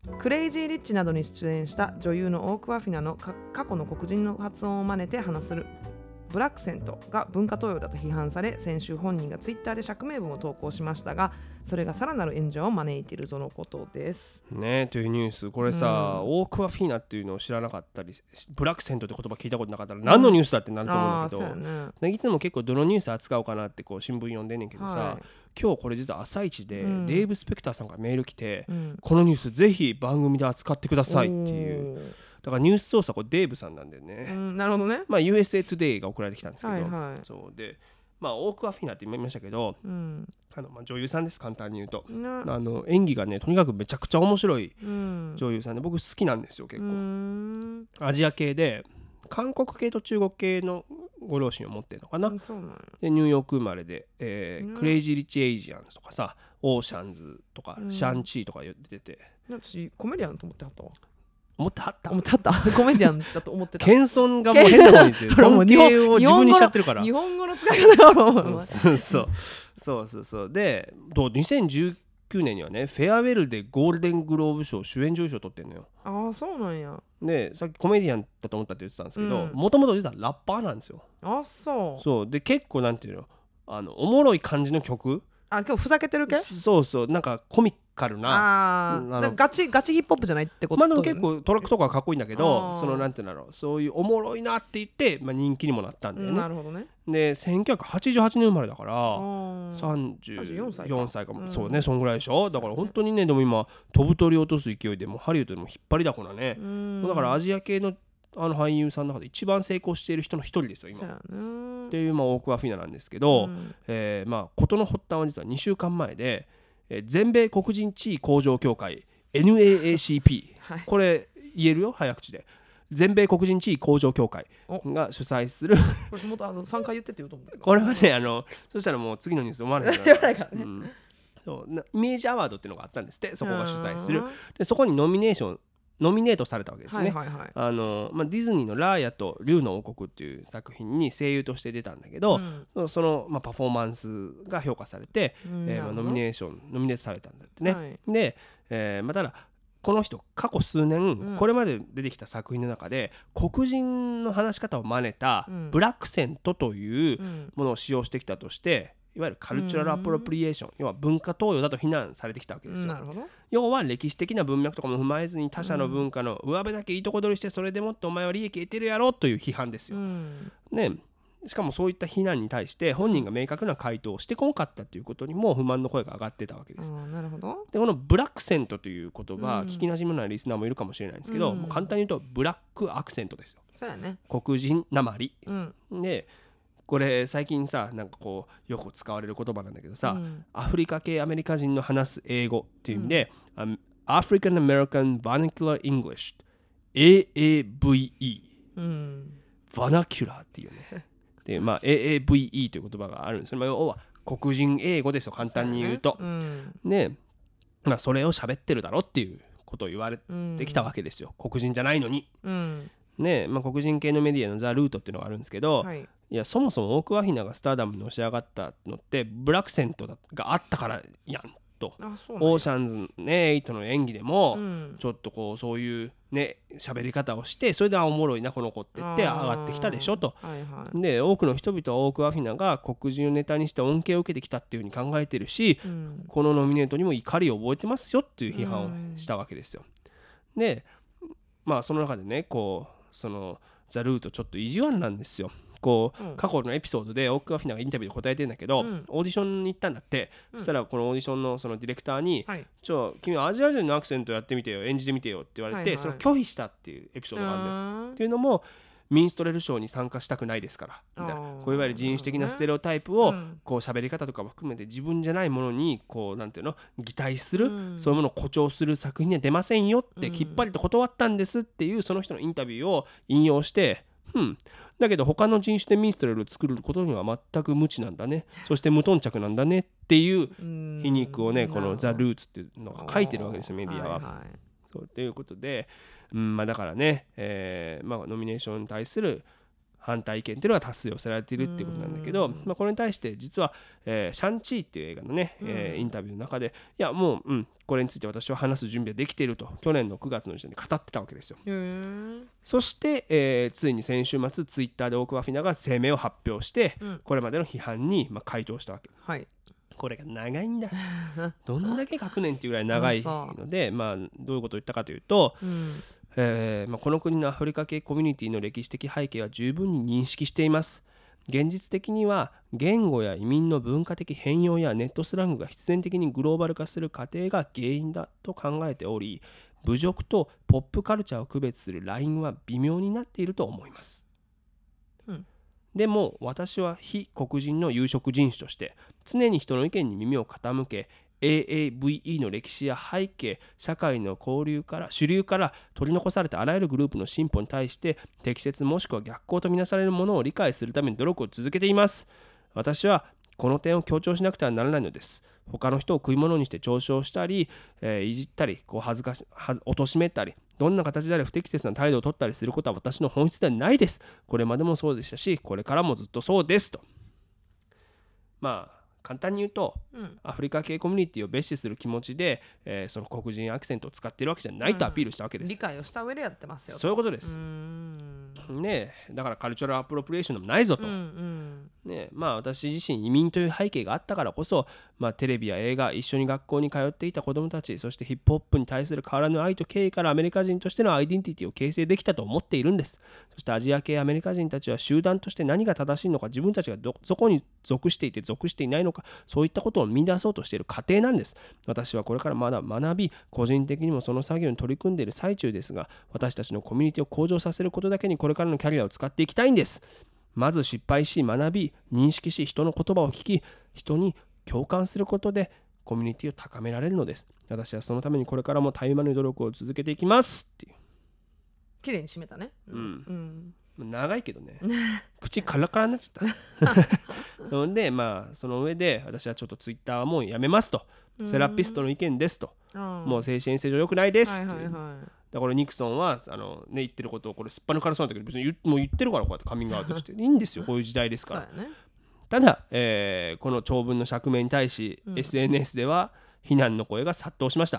クレイジー・リッチなどに出演した女優のオーク・ワフィナの過去の黒人の発音を真似て話するブラックセントが文化盗用だと批判され、先週本人がツイッターで釈明文を投稿しましたが、それがさらなる炎上を招いているとのことですね。というニュース、これさ、オークワフィーナっていうのを知らなかったり、ブラックセントって言葉聞いたことなかったら何のニュースだってなると思うんだけど、いつも結構どのニュース扱おうかなってこう新聞読んでんねんけどさ、今日これ実は朝一でデーブ・スペクターさんからメール来て、このニュースぜひ番組で扱ってくださいっていう。だからニュース操作これデーブさんなんだよね、 なるほどね。 まあ USA Today が送られてきたんですけど、そうで、まあオークワフィーナって言いましたけど、まあ女優さんです、簡単に言うと。演技がねとにかくめちゃくちゃ面白い女優さんで、僕好きなんですよ結構。アジア系で韓国系と中国系のご両親を持ってるのかな。でニューヨーク生まれで、クレイジー・リッチ・エイジアンズとかさ、オーシャンズとか、シャンチーとか出てて、 私コメディアンと思ってはったわ。 思ってはったコメディアンだと思ってた。 謙遜がもう変な方に言って尊敬を自分にしちゃってるから。 日本語の使い方がそうで2019年にはねフェアウェルでゴールデングローブ賞主演女優賞を取ってんのよ。 ああそうなんや。 でさっきコメディアンだと思ったって言ってたんですけど、もともと実はラッパーなんですよ。 あそうで結構なんていうのおもろい感じの曲。 今日ふざけてる系？ そうなんかコミカルなガチヒップホップじゃないってこと。 まあでも結構トラックとかかっこいいんだけど、そのなんていうんだろう、そういうおもろいなって言って、まあ、人気にもなったんだよね。 なるほどね。 で1988年生まれだから34歳かも、そうね、そんぐらいでしょ。だから本当にね、でも今飛ぶ鳥を落とす勢いでもうハリウッドでも引っ張りだこなね。だからアジア系の俳優さんの中で一番成功している人の一人ですよ今っていう、オークワフィーナなんですけど、事の発端は実は2週間前で、全米黒人地位向上協会 NAACP、これ言えるよ早口で、全米黒人地位向上協会が主催するこれもっと3回言ってって言うと思う。 これはねそしたらもう次のニュース読まれないからね、そうイメージアワードっていうのがあったんですって。そこが主催する。でそこにノミネートされたわけですね。ディズニーのラーヤと竜の王国っていう作品に声優として出たんだけど、その、パフォーマンスが評価されて、ノミネートされたんだってね。で、ただこの人過去数年、これまで出てきた作品の中で黒人の話し方を真似たブラックセントというものを使用してきたとして、いわゆるカルチュラルアプロプリエーション、要は文化盗用だと非難されてきたわけですよ。要は歴史的な文脈とかも踏まえずに他者の文化の上辺だけいいとこ取りして、それでもってお前は利益得てるやろという批判ですよ、ね。しかもそういった非難に対して本人が明確な回答をしてこなかったということにも不満の声が上がってたわけです。 なるほど。 でこのブラックセントという言葉、聞きなじみのないリスナーもいるかもしれないんですけど、もう簡単に言うとブラックアクセントですよ。 そうやね。 黒人なまり、でこれ最近さ、なんかこうよく使われる言葉なんだけどさ、アフリカ系アメリカ人の話す英語っていう意味で、African American Vernacular English AAVE、Vernacular っていうねで、AAVE という言葉があるんですよ。要は黒人英語ですよ、簡単に言うと。ね、それを喋ってるだろっていうことを言われてきたわけですよ、黒人じゃないのに。ね、黒人系のメディアのザ・ルートっていうのがあるんですけど、いやそもそもオークワフィーナがスターダムにのし上がったのってブラックセントがあったからやんと。オーシャンズね8の演技でもちょっとこうそういうね喋り方をして、それでおもろいなこの子って言って上がってきたでしょと。で多くの人々はオークワフィーナが黒人をネタにして恩恵を受けてきたっていう風に考えてるし、このノミネートにも怒りを覚えてますよっていう批判をしたわけですよ。でその中でねこうそのザ・ルートちょっと意地悪なんですよ。こう過去のエピソードでオークワフィーナがインタビューで答えてるんだけど、オーディションに行ったんだって。そしたらこのオーディションのそのディレクターに、君はアジア人のアクセントやってみてよ、演じてみてよって言われて、それを拒否したっていうエピソードがあるんだよ。っていうのもミンストレルショーに参加したくないですからみたいな、こういわゆる人種的なステレオタイプをこう喋り方とかも含めて自分じゃないものにこうなんていうの擬態する、そういうものを誇張する作品には出ませんよってきっぱりと断ったんですっていうその人のインタビューを引用して、だけど他の人種でミンストレルを作ることには全く無知なんだね、そして無頓着なんだねっていう皮肉をねこのザ・ルーツっていうのが書いてるわけですよ、メディアは。そうということで、だからね、ノミネーションに対する反対意見っていうのが多数寄せられているっていうことなんだけど、これに対して実は、シャンチーっていう映画のね、インタビューの中でいやもう、これについて私は話す準備はできていると去年の9月の時点で語ってたわけですよ。そして、ついに先週末ツイッターでオーク・ワフィナが声明を発表して、これまでの批判に、回答したわけ、これが長いんだどんだけ書くねんっていうぐらい長いのでどういうことを言ったかというと、この国のアフリカ系コミュニティの歴史的背景は十分に認識しています。現実的には言語や移民の文化的変容やネットスラングが必然的にグローバル化する過程が原因だと考えており、侮辱とポップカルチャーを区別するラインは微妙になっていると思います。でも私は非黒人の有色人種として常に人の意見に耳を傾け、AAVE の歴史や背景、社会の主流から取り残されたあらゆるグループの進歩に対して適切もしくは逆行とみなされるものを理解するために努力を続けています。私はこの点を強調しなくてはならないのです。他の人を食い物にして嘲笑したり、いじったり貶めたり、どんな形であれ不適切な態度を取ったりすることは私の本質ではないです。これまでもそうでしたし、これからもずっとそうですと。簡単に言うと、アフリカ系コミュニティを蔑視する気持ちで、その黒人アクセントを使っているわけじゃないとアピールしたわけです。 理解をした上でやってますよと。 そういうことです。だからカルチャルアプロプリエーションでもないぞと。私自身移民という背景があったからこそ、テレビや映画、一緒に学校に通っていた子どもたち、そしてヒップホップに対する変わらぬ愛と敬意からアメリカ人としてのアイデンティティを形成できたと思っているんです。そしてアジア系アメリカ人たちは集団として何が正しいのか、自分たちがどこに属していて属していないのか、そういったことを見出そうとしている過程なんです。私はこれからまだ学び、個人的にもその作業に取り組んでいる最中ですが、私たちのコミュニティを向上させることだけにこれからのキャリアを使っていきたいんです。まず失敗し、学び、認識し、人の言葉を聞き、人に共感することでコミュニティを高められるのです。私はそのためにこれからもたゆまぬ努力を続けていきますっていう。 綺麗に締めたね。 長いけどね口カラカラになっちゃったでその上で私はちょっとツイッターはもうやめますと、セラピストの意見ですと、もう精神衛生上良くないですっていう、だからニクソンは言ってることをこれすっぱ抜かれそうなんだけど、別にもう言ってるからこうやってカミングアウトしていいんですよこういう時代ですから。ただ、この長文の釈明に対し、SNS では非難の声が殺到しました。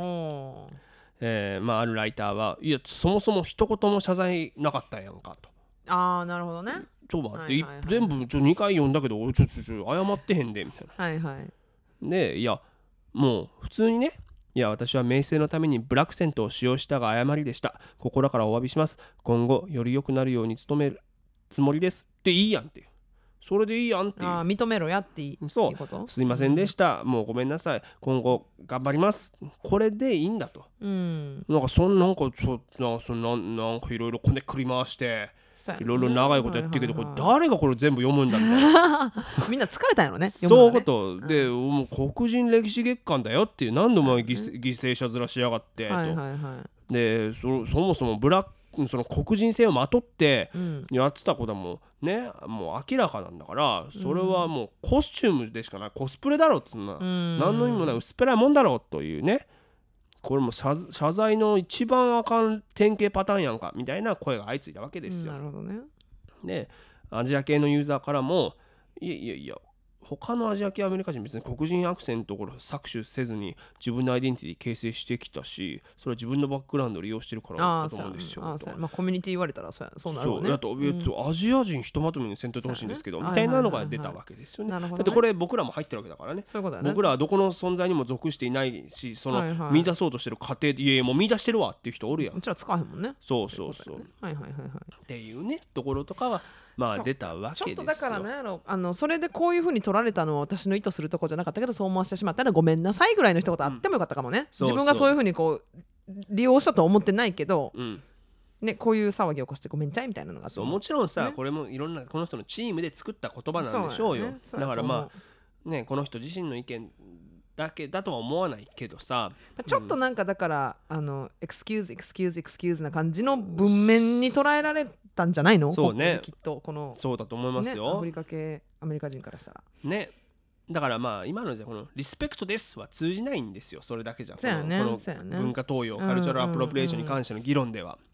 あるライターはいやそもそも一言も謝罪なかったやんかと。 なるほどね。 ちょっと待って、全部2回読んだけど俺謝ってへんでみたいな。でいやもう普通にね、いや私は名声のためにブラックセントを使用したが誤りでした。心からお詫びします。今後より良くなるように努めるつもりですっていいやんって。それでいいやんっていう。 認めろやっていいこと。 すいませんでした、もうごめんなさい、今後頑張ります、これでいいんだと。なんかなんかいろいろこねくり回していろいろ長いことやってるけど、これ誰がこれ全部読むんだみたいなみんな疲れたんやろね。 そういうことで、もう黒人歴史月間だよっていう、何度も犠牲者面しやがってと。でそもそもその黒人性をまとってやってたことはもうね、もう明らかなんだから、それはもうコスチュームでしかない、コスプレだろうって、何の意味もない薄っぺらいもんだろうというね、これも謝罪の一番あかん典型パターンやんかみたいな声が相次いだわけですよ。 なるほどね。 でアジア系のユーザーからもいや他のアジア系アメリカ人別に黒人アクセントを搾取せずに自分のアイデンティティ形成してきたし、それは自分のバックグラウンドを利用してるからだと思うんですよ。 コミュニティ言われたらそうなるよね。 アジア人ひとまとめにせんといてほしいんですけど、みたいなのが出たわけですよね。だってこれ僕らも入ってるわけだからね。僕らはどこの存在にも属していないし、その見出そうとしてる過程でいやもう見出してるわっていう人おるやん。 じゃあ使わへんもんね。 そうっていうねところとかは出たわけですよ。 ちょっとだからね、それでこういう風に取られたのは私の意図するとこじゃなかったけど、そう思わせてしまったらごめんなさいぐらいの一言あってもよかったかもね。自分がそういう風にこう利用したとは思ってないけど、ね、こういう騒ぎを起こしてごめんちゃいみたいなのがあっても、 もちろんさ、これもいろんなこの人のチームで作った言葉なんでしょうよ。だからこの人自身の意見だけだとは思わないけどさ、 ちょっとなんかだからエクスキューズな感じの文面に捉えられたんじゃないの。 そうね、 きっとそうだと思いますよ、 アフリカ系アメリカ人からしたらね。だから今のじゃこのリスペクトですは通じないんですよ、それだけじゃ。この文化盗用カルチャルアプロプリエーションに関しての議論では。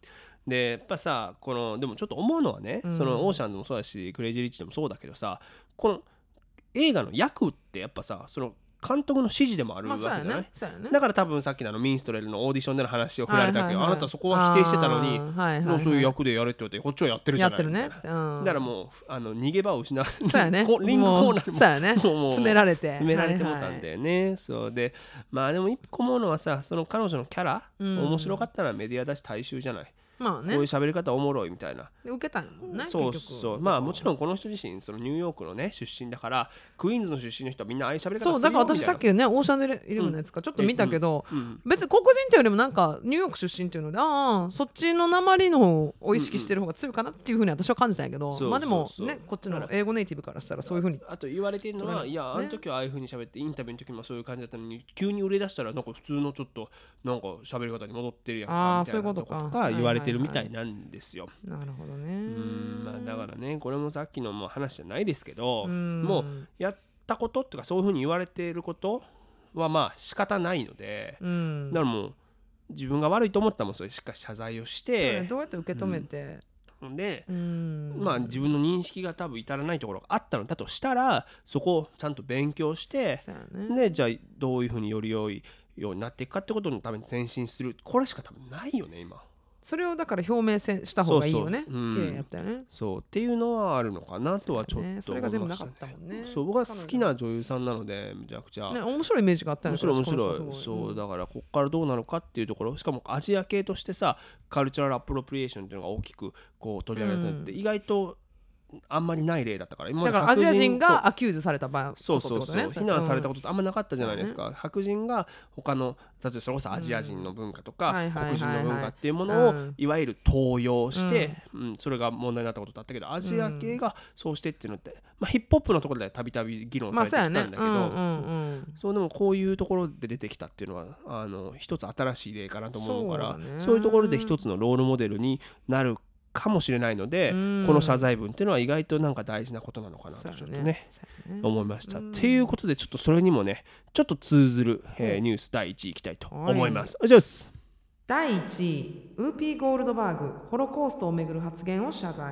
でやっぱさこのでもちょっと思うのはね、そのオーシャンズもそうだしクレイジーリッチでもそうだけどさ、この映画の役ってやっぱさその監督の指示でもあるわけじゃない、だから多分さっきのミンストレルのオーディションでの話を振られたけど、あなたそこは否定してたのに、もうそういう役でやれって言われてこっちはやってるじゃない、だからもう逃げ場を失う、 そうやね、 リングコーナーそうやね、詰められてもたんだよね。そうでまあでも一個思うのはさ、その彼女のキャラ、面白かったらメディアだし大衆じゃない、まあね、こういう喋り方おもろいみたいな受けたんやもんね。 そうそう、まあもちろんこの人自身そのニューヨークのね出身だからクイーンズの出身の人はみんなああいう喋り方するよみたいな。そうだから私さっきねオーシャンデレブのやつかちょっと見たけど、別に黒人っていうよりもなんかニューヨーク出身っていうのでそっちの訛りの方を意識してる方が強いかなっていうふうに私は感じたんやけど、まあでもねこっちの英語ネイティブからしたらそういうふうにあと言われてるのは、いやあの時はああいうふうに喋ってインタビューの時もそういう感じだったのに急に売れ出したらなんか普通のちょっとなんか喋り方に戻ってるやんかみたいなとことか言われてるみたいなんですよ。 なるほどね。 まあ、だからねこれもさっきのもう話じゃないですけど、もうやったことっていうかそういうふうに言われていることはまあ仕方ないので、だからもう自分が悪いと思ったらもうそれしっかり謝罪をして、 どうやって受け止めて、 でまあ自分の認識が多分至らないところがあったのだとしたらそこをちゃんと勉強して、でじゃあどういうふうにより良いようになっていくかってことのために前進する、これしか多分ないよね今。 それをだから表明した方がいいよね。綺麗やったよね。 そうっていうのはあるのかなとはちょっと思いましたね。 それが全部なかったもんね。 そう僕は好きな女優さんなのでめちゃくちゃ、 面白いイメージがあったよね。 面白い。そうだからここからどうなのかっていうところ、しかもアジア系としてさカルチャラルアプロプリエーションっていうのが大きくこう取り上げられて、意外とあんまりない例だったから、今までだからアジア人がアキューズされた場合、 そう非難されたことってあんまなかったじゃないですか。白人が他の例えばそれこそアジア人の文化とか黒人の文化っていうものをいわゆる盗用して、それが問題になったことだったけど、アジア系がそうしてっていうのって、ヒップホップのところでたびたび議論されてきたんだけど、そうでもこういうところで出てきたっていうのは一つ新しい例かなと思うから、そういうところで一つのロールモデルになるかもしれないので、この謝罪文っていうのは意外となんか大事なことなのかなとちょっとね思いました。っていうことでちょっとそれにもねちょっと通ずるニュース第1位いきたいと思います。 第1位、ウーピー・ゴールドバーグホロコーストをめぐる発言を謝罪。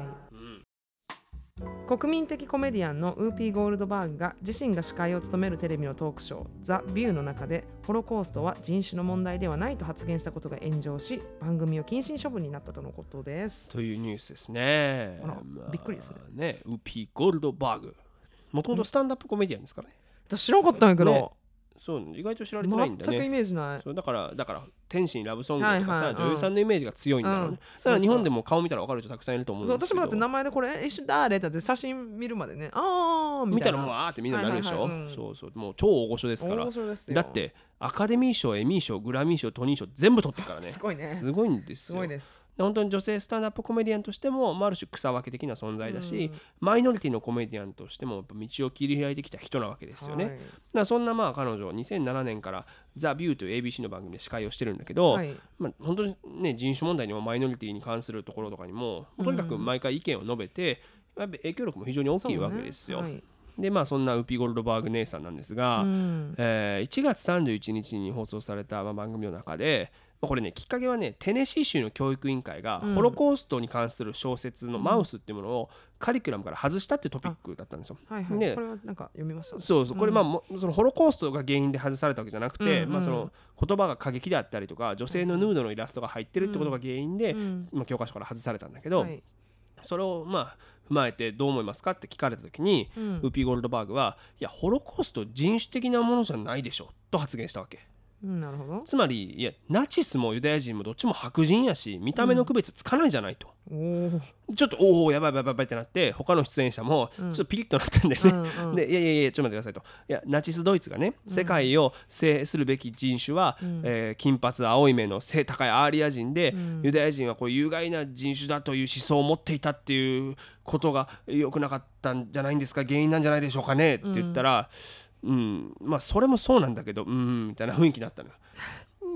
国民的コメディアンのウーピー・ゴールドバーグが自身が司会を務めるテレビのトークショーザ・ビューの中でホロコーストは人種の問題ではないと発言したことが炎上し、番組を謹慎処分になったとのことです。 というニュースですね。 びっくりですね。 ウーピー・ゴールドバーグもともとスタンダップコメディアンですからね。 私知らなかったんやけど、 そう意外と知られてないんだね。 全くイメージない。 そうだから天使にラブソングとかさ、女優さんのイメージが強いんだろうね。だから日本でも顔見たら分かる人たくさんいると思うんですけど、 私もだって名前でこれ一緒誰って写真見るまでね、見たらもうってみんななるでしょ。そうもう超大御所ですから。だってアカデミー賞、エミー賞、グラミー賞、トニー賞全部取ってるからね。 すごいね。 すごいんですよ。 すごいです。 本当に女性スタンダップコメディアンとしてもある種草分け的な存在だし、マイノリティのコメディアンとしてもやっぱ道を切り開いてきた人なわけですよね。だからそんな彼女2007年からザ・ビューという ABC の番組で司会をしてるんだけど、本当にね人種問題にもマイノリティに関するところとかにもとにかく毎回意見を述べて、影響力も非常に大きいわけですよ。でそんなウーピー・ゴールドバーグ姉さんなんですが、1月31日に放送された番組の中で、これねきっかけはねテネシー州の教育委員会がホロコーストに関する小説のマウスっていうものをカリキュラムから外したっていうトピックだったんですよ。 でこれはなんか読みました。 そうこれそのホロコーストが原因で外されたわけじゃなくて、その言葉が過激であったりとか女性のヌードのイラストが入ってるってことが原因で、教科書から外されたんだけど、それを踏まえてどう思いますかって聞かれた時に、ウーピー・ゴールドバーグはいやホロコースト人種的なものじゃないでしょと発言したわけ。 なるほど。 つまりいやナチスもユダヤ人もどっちも白人やし見た目の区別つかないじゃないと、ちょっとやばいってなって他の出演者もちょっとピリッとなったんでね、でいやちょっと待ってくださいと、いやナチスドイツがね世界を制するべき人種は、金髪青い目の背高いアーリア人で、ユダヤ人はこう有害な人種だという思想を持っていたっていうことが良くなかったんじゃないんですか、原因なんじゃないでしょうかねって言ったら、それもそうなんだけどみたいな雰囲気になったのよ。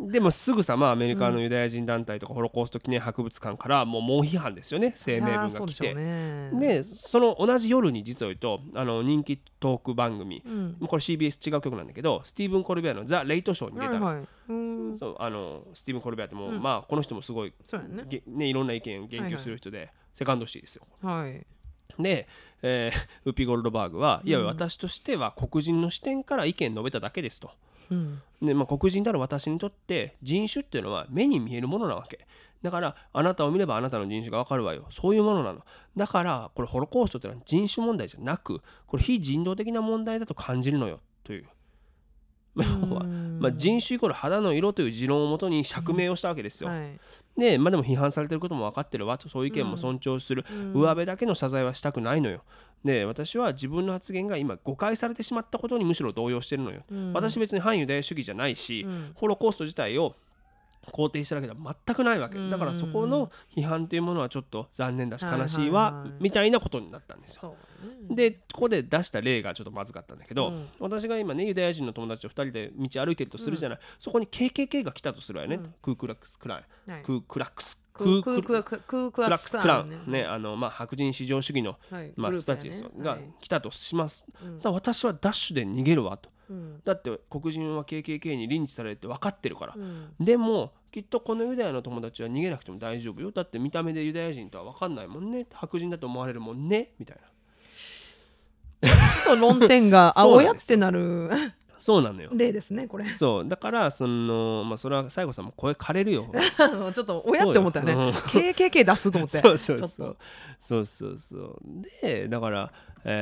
でもすぐさまアメリカのユダヤ人団体とかホロコースト記念博物館からもう猛批判ですよね、声明文が来て。でその同じ夜に実を言うと人気トーク番組、これ CBS 違う曲なんだけどスティーブン・コルベアのザ・レイトショーに出たの。そうスティーブン・コルベアってもう、まあこの人もすごい、ね、いろんな意見を言及する人で、セカンドシーですよ。で、ウッピー・ゴールドバーグはいや私としては黒人の視点から意見述べただけですと。で黒人である私にとって人種っていうのは目に見えるものなわけだから、あなたを見ればあなたの人種が分かるわよ、そういうものなのだから、これホロコーストってのは人種問題じゃなく、これ非人道的な問題だと感じるのよという人種イコール肌の色という持論をもとに釈明をしたわけですよ。でも批判されてることも分かってるわと、そういう意見も尊重する、上辺だけの謝罪はしたくないのよ。で私は自分の発言が今誤解されてしまったことにむしろ動揺してるのよ。私別に反ユダヤ主義じゃないし、ホロコースト自体を肯定しただけでは全くないわけだから、そこの批判というものはちょっと残念だし悲しいわみたいなことになったんですよ。でここで出した例がちょっとまずかったんだけど、私が今ねユダヤ人の友達と2人で道歩いてるとするじゃない、そこに KKK が来たとするわよね、クークラックスクラン、クークラックスクランね、白人至上主義の、人たちですよ、が来たとします。だ私はダッシュで逃げるわと。だって黒人は KKK にリンチされて分かってるから、でもきっとこのユダヤの友達は逃げなくても大丈夫よ、だって見た目でユダヤ人とは分かんないもんね、白人だと思われるもんねみたいなちょっと論点が青やってなるそうなのよ例ですねこれ。 そうだからそれは西郷さんも声枯れるよちょっと親って思ったよねKKK 出すと思ってそうでだから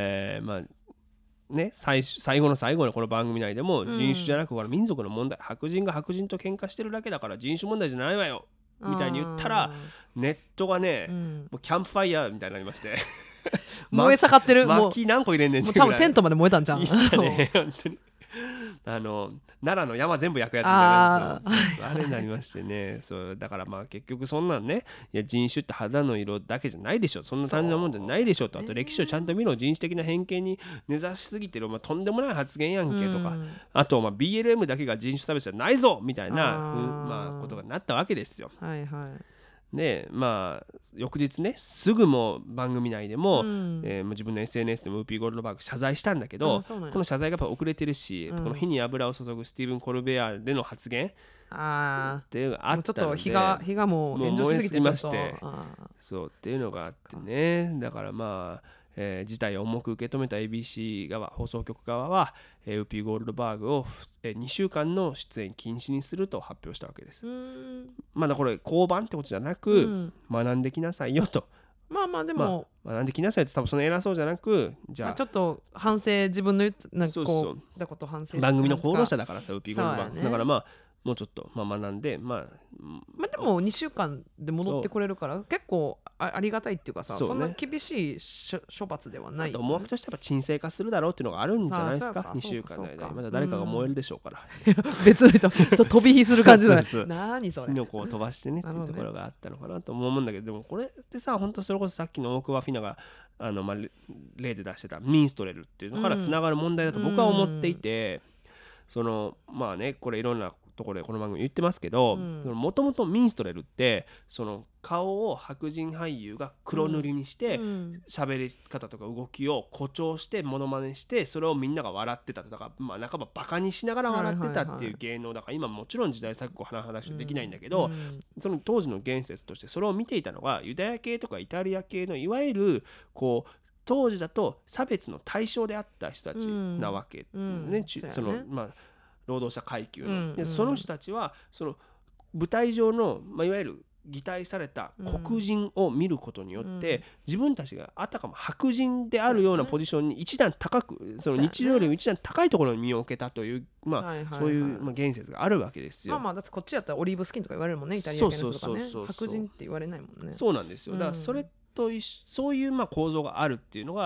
ね、最後の最後のこの番組内でも人種じゃなくこの民族の問題、白人が白人と喧嘩してるだけだから人種問題じゃないわよみたいに言ったら、ネットがね、もうキャンプファイヤーみたいになりまして燃え盛ってる、 薪何個入れんねんってぐらい、もう多分テントまで燃えたんじゃん。 いいっすね本当に奈良の山全部焼くやつみたいなあれになりましてねそうだから結局そんなんね、いや人種って肌の色だけじゃないでしょ、そんな単純なもんじゃないでしょと、あと歴史をちゃんと見ろ、人種的な偏見に根ざしすぎてる、とんでもない発言やんけとか、あとBLM だけが人種差別じゃないぞみたいなことがなったわけですよ。で翌日ねすぐもう番組内でも、自分の SNS でもウーピー・ゴールドバーグ謝罪したんだけど、この謝罪がやっぱ遅れてるし、この火に油を注ぐスティーブン・コルベアでの発言っていうのがあったので、 ちょっと火がもう炎上しすぎてちょっとそうっていうのがあってね、だから事態を重く受け止めた ABC 側放送局側は、ウーピー・ゴールドバーグを2週間の出演禁止にすると発表したわけです。まだこれ降板ってことじゃなく、学んできなさいよと。 でも、 学んできなさいって多分その偉そうじゃなく、じゃあ、 ちょっと反省、自分の言ったことを反省して、 番組の功労者だからさウーピー・ゴールドバーグ、だからもうちょっと学んででも2週間で戻ってこれるから結構ありがたいっていうかさ、そんな厳しい処罰ではない、 思惑としては沈静化するだろうっていうのがあるんじゃないですか。2週間の間にまだ誰かが燃えるでしょうから、 別の人飛び火する感じだね何それ火の粉を飛ばしてねっていうところがあったのかなと思うんだけど、でもこれってさ本当それこそさっきのオークワフィナが例で出してたミンストレルっていうのからつながる問題だと僕は思っていて、これいろんなところでこの番組言ってますけど、もともとミンストレルってその顔を白人俳優が黒塗りにして喋り方とか動きを誇張してモノマネして、それをみんなが笑ってたと、だから半ばバカにしながら笑ってたっていう芸能だから、今もちろん時代錯誤話はできないんだけど、その当時の言説としてそれを見ていたのがユダヤ系とかイタリア系のいわゆる当時だと差別の対象であった人たちなわけ、その労働者階級の、でその人たちはその舞台上の、いわゆる擬態された黒人を見ることによって、自分たちがあたかも白人であるようなポジションに一段高く、その日常よりも一段高いところに身を置けたという、そういう言説があるわけですよ。 だってこっちだったらオリーブスキンとか言われるもんね、イタリア系の人とかね、白人って言われないもんね。 そうなんですよ。だからそういう構造があるっていうのが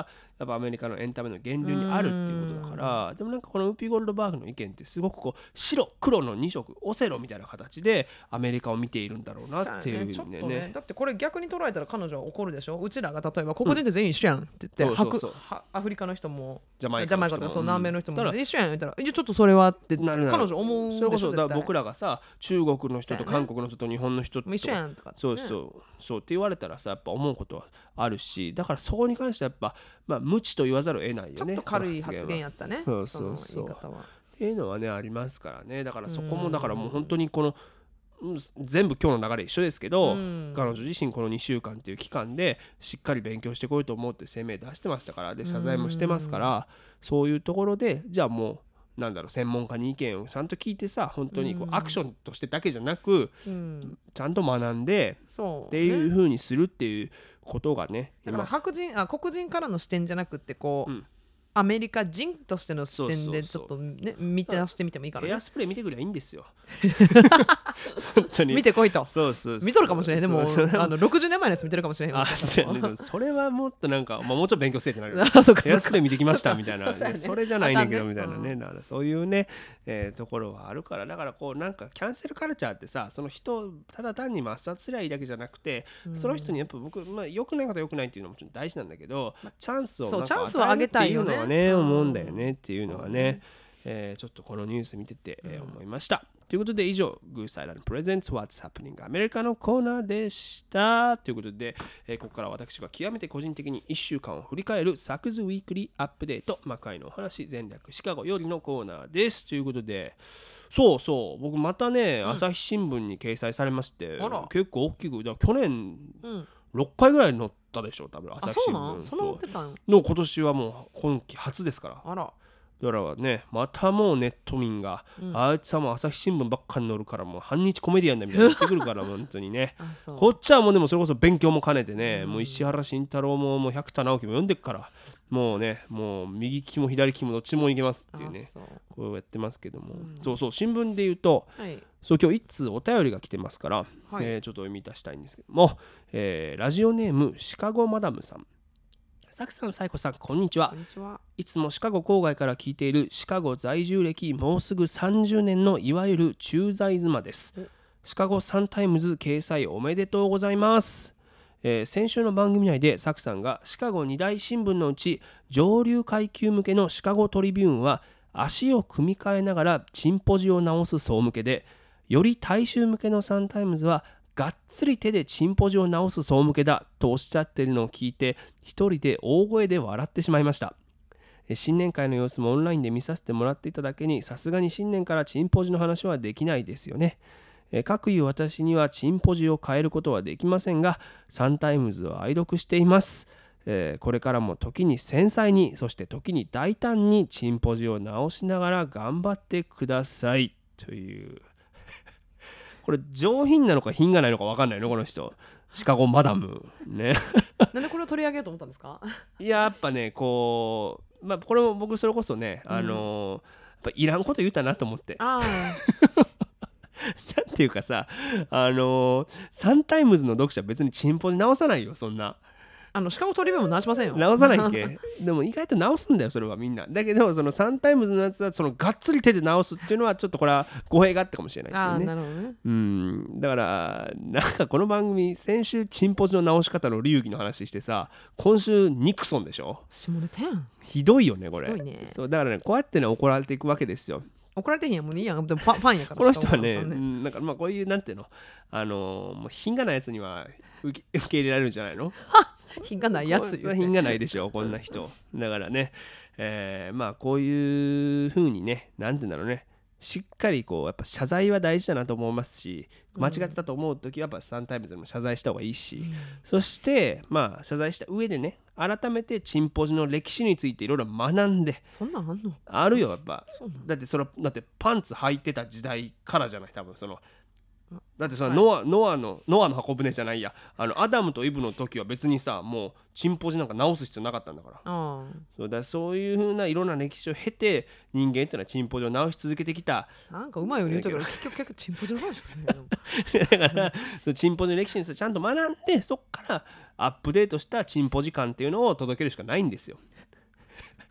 やっぱアメリカのエンタメの源流にあるっていうことだから、でもなんかこのウーピー・ゴールドバーグの意見ってすごくこう白黒の2色オセロみたいな形でアメリカを見ているんだろうなっていうね。 だってこれ逆に捉えたら彼女は怒るでしょ。うちらが例えば黒人って全員一緒やんって言って、アフリカの人もジャマイカとかそう南米の人も一緒やん言ったら、ちょっとそれはって彼女思うでしょ。 それこそだから僕らがさ中国の人と韓国の人と日本の人と一緒やんとか、 そうって言われたらさやっぱ思うことはあるし、だからそこに関してはやっぱ無知と言わざるを得ないよね。 ちょっと軽い発言やったね。 そうっていうのはねありますからね。だからそこもだからもう本当にこの全部今日の流れ一緒ですけど、彼女自身この2週間っていう期間でしっかり勉強してこいと思って声明出してましたから、で謝罪もしてますから、そういうところでじゃあもうなんだろう専門家に意見をちゃんと聞いてさ、本当にこうアクションとしてだけじゃなく、ちゃんと学んでっていう風にするっていうことがね、 だから黒人からの視点じゃなくってこう、アメリカ人としての視点でちょっとね見てしてみてもいいかな、ね。 ヘアスプレー見てくればいいんですよ。本当に見てこいと。 そう見とるかもしれへん。でも60年前のやつ見てるかもしれへん。 それはもっとなんか、もうちょっと勉強せえってなる。ヘアスプレー見てきましたみたいな、それじゃないねんけどみたいなね。だからそういうね、ところはあるから、だからこうなんかキャンセルカルチャーってさ、その人ただ単に抹殺すりゃいいだけじゃなくて、その人にやっぱ僕良くないことは良くないっていうのももちろん大事なんだけど、チャンスをなんか与えるっていうのはね思うんだよねっていうのはね、ちょっとこのニュース見てて、思いました。ということで以上グーサイランプレゼンツ What's Happening アメリカのコーナーでしたということで、ここから私が極めて個人的に1週間を振り返るサクズウィークリーアップデート魔界のお話全略シカゴよりのコーナーですということで、そう僕またね、朝日新聞に掲載されまして、結構大きくだ去年、6回ぐらい載ったでしょ多分朝日新聞。 そんな載ってたの？ 今年はもう今季初ですから。だからね、またもうネット民が、あいつはもう朝日新聞ばっかり載るからもう半日コメディアンだみたいに言ってくるから本当にねこっちはもうでもそれこそ勉強も兼ねてね、もう石原慎太郎も百田直樹も読んでっから、もうねもう右利きも左利きもどっちもいけますっていうね、こうやってますけども、そう新聞で言うと、そう今日一通お便りが来てますから、ちょっと読み出したいんですけども、ラジオネームシカゴマダムさん。サクさん、サイコさん、こんにちは。 こんにちは。 いつもシカゴ郊外から聞いているシカゴ在住歴もうすぐ30年のいわゆる駐在妻です。シカゴサンタイムズ掲載おめでとうございます。先週の番組内でサクさんがシカゴ2大新聞のうち上流階級向けのシカゴトリビューンは足を組み替えながらチンポジを直す総向けで、より大衆向けのサンタイムズはがっつり手でチンポジを直す総向けだとおっしゃっているのを聞いて一人で大声で笑ってしまいました。新年会の様子もオンラインで見させてもらっていただけに、さすがに新年からチンポジの話はできないですよね。各いう私にはチンポジを変えることはできませんが、サンタイムズを愛読しています。これからも時に繊細に、そして時に大胆にチンポジを直しながら頑張ってくださいというこれ上品なのか品がないのか分かんないのこの人。シカゴマダムねなんでこれを取り上げようと思ったんですか？ いややっぱねこうこれも僕それこそね、やっぱいらんこと言ったなと思って。なんていうかさ、サンタイムズの読者別にチンポジ直さないよそんな。 シカゴトリビューンも直しませんよ。 直さないっけでも意外と直すんだよそれはみんな。だけどそのサンタイムズのやつはそのがっつり手で直すっていうのはちょっとこれは語弊があったかもしれないっていうね。 なるほどね。 だからなんかこの番組先週チンポジの直し方の流儀の話してさ、今週ニクソンでしょ。 下ネタやん。 ひどいよねこれ。 ひどいね。 そうだからねこうやってね怒られていくわけですよ。 怒られてへんやんもういいやん。でもファンやから。 この人はねなんかまあこういうなんていうのもう品がないやつには受け入れられるんじゃないの？ 品がないやつ言うて品がないでしょこんな人だからね、まあこういう風にねなんて言うんだろうね、しっかりこうやっぱ謝罪は大事だなと思いますし、間違ってたと思うときはやっぱサンタイムズでも謝罪した方がいいし、そしてまあ謝罪した上でね改めてチンポジの歴史についていろいろ学んで。 そんなんあんの？ あるよやっぱ。だってパンツ履いてた時代からじゃない多分だってさ、ノアの箱舟じゃないや、アダムとイブの時は別にさもうチンポジなんか直す必要なかったんだから。そういう風ないろんな歴史を経て人間っていうのはチンポジを直し続けてきた。 なんかうまいように言うとけど結局チンポジの話しかないだからそのチンポジの歴史にちゃんと学んで、そっからアップデートしたチンポジ感っていうのを届けるしかないんですよ。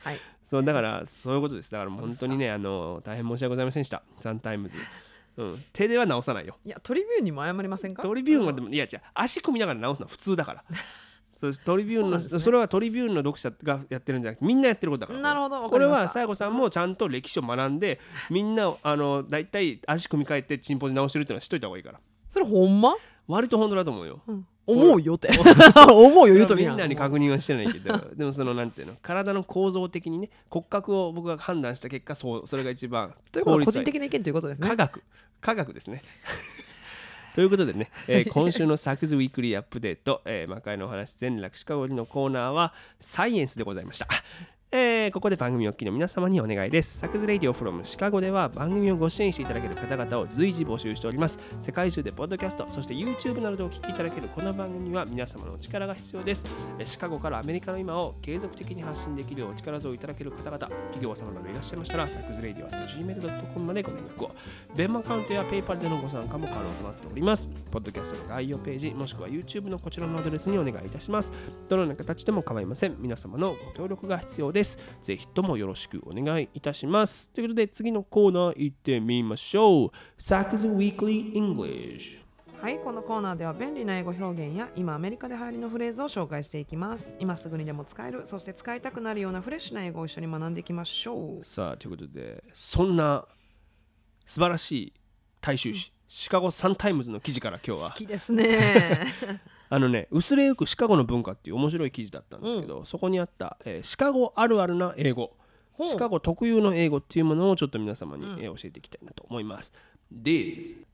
はい、 そうだからそういうことです。だから本当にね大変申し訳ございませんでした。サンタイムズ、手では直さないよ。 いやトリビューンにも謝りませんか。 トリビューンはでもいや違う、足組みながら直すのは普通だからそうトリビューンの それはトリビューンの読者がやってるんじゃなくてみんなやってることだから。 なるほど、 これはさやこさんもちゃんと歴史を学んでみんなだいたい足組み替えてチンポで直してるっていうのは知っといた方がいいから。 それほんま割と本当だと思うよ、 思うよって思うよ言うとみんなに確認はしてないけどでもそのなんていうの体の構造的にね骨格を僕が判断した結果それが一番ということは個人的な意見ということですね。 科学ですねということでね、今週のサクズウィークリーアップデート、魔界のお話全楽シカゴのコーナーはサイエンスでございました。ここで番組お聞きの皆様にお願いです。サクズレイディオフロムシカゴでは番組をご支援していただける方々を随時募集しております。世界中でポッドキャスト、そして YouTube などでお聞きいただけるこの番組には皆様のお力が必要です。シカゴからアメリカの今を継続的に発信できるお力添えいただける方々、企業様などいらっしゃいましたら、サクズレイディオ @gmail.com までご連絡を。ベンマアカウントやペイパルでのご参加も可能となっております。ポッドキャストの概要ページ、もしくは YouTube のこちらのアドレスにお願いいたします。どのような形でも構いません。皆様のご協力が必要です。ぜひともよろしくお願いいたします。ということで次のコーナー行ってみましょう。サクズ Weekly English。 はい、このコーナーでは便利な英語表現や今アメリカで流行りのフレーズを紹介していきます。今すぐにでも使える、そして使いたくなるようなフレッシュな英語を一緒に学んでいきましょう。 さあということでそんな素晴らしい大衆紙、シカゴサンタイムズの記事から今日は好きですね薄れゆくシカゴの文化っていう面白い記事だったんですけど、そこにあった、シカゴあるあるな英語、シカゴ特有の英語っていうものをちょっと皆様に、教えていきたいなと思います。 Divs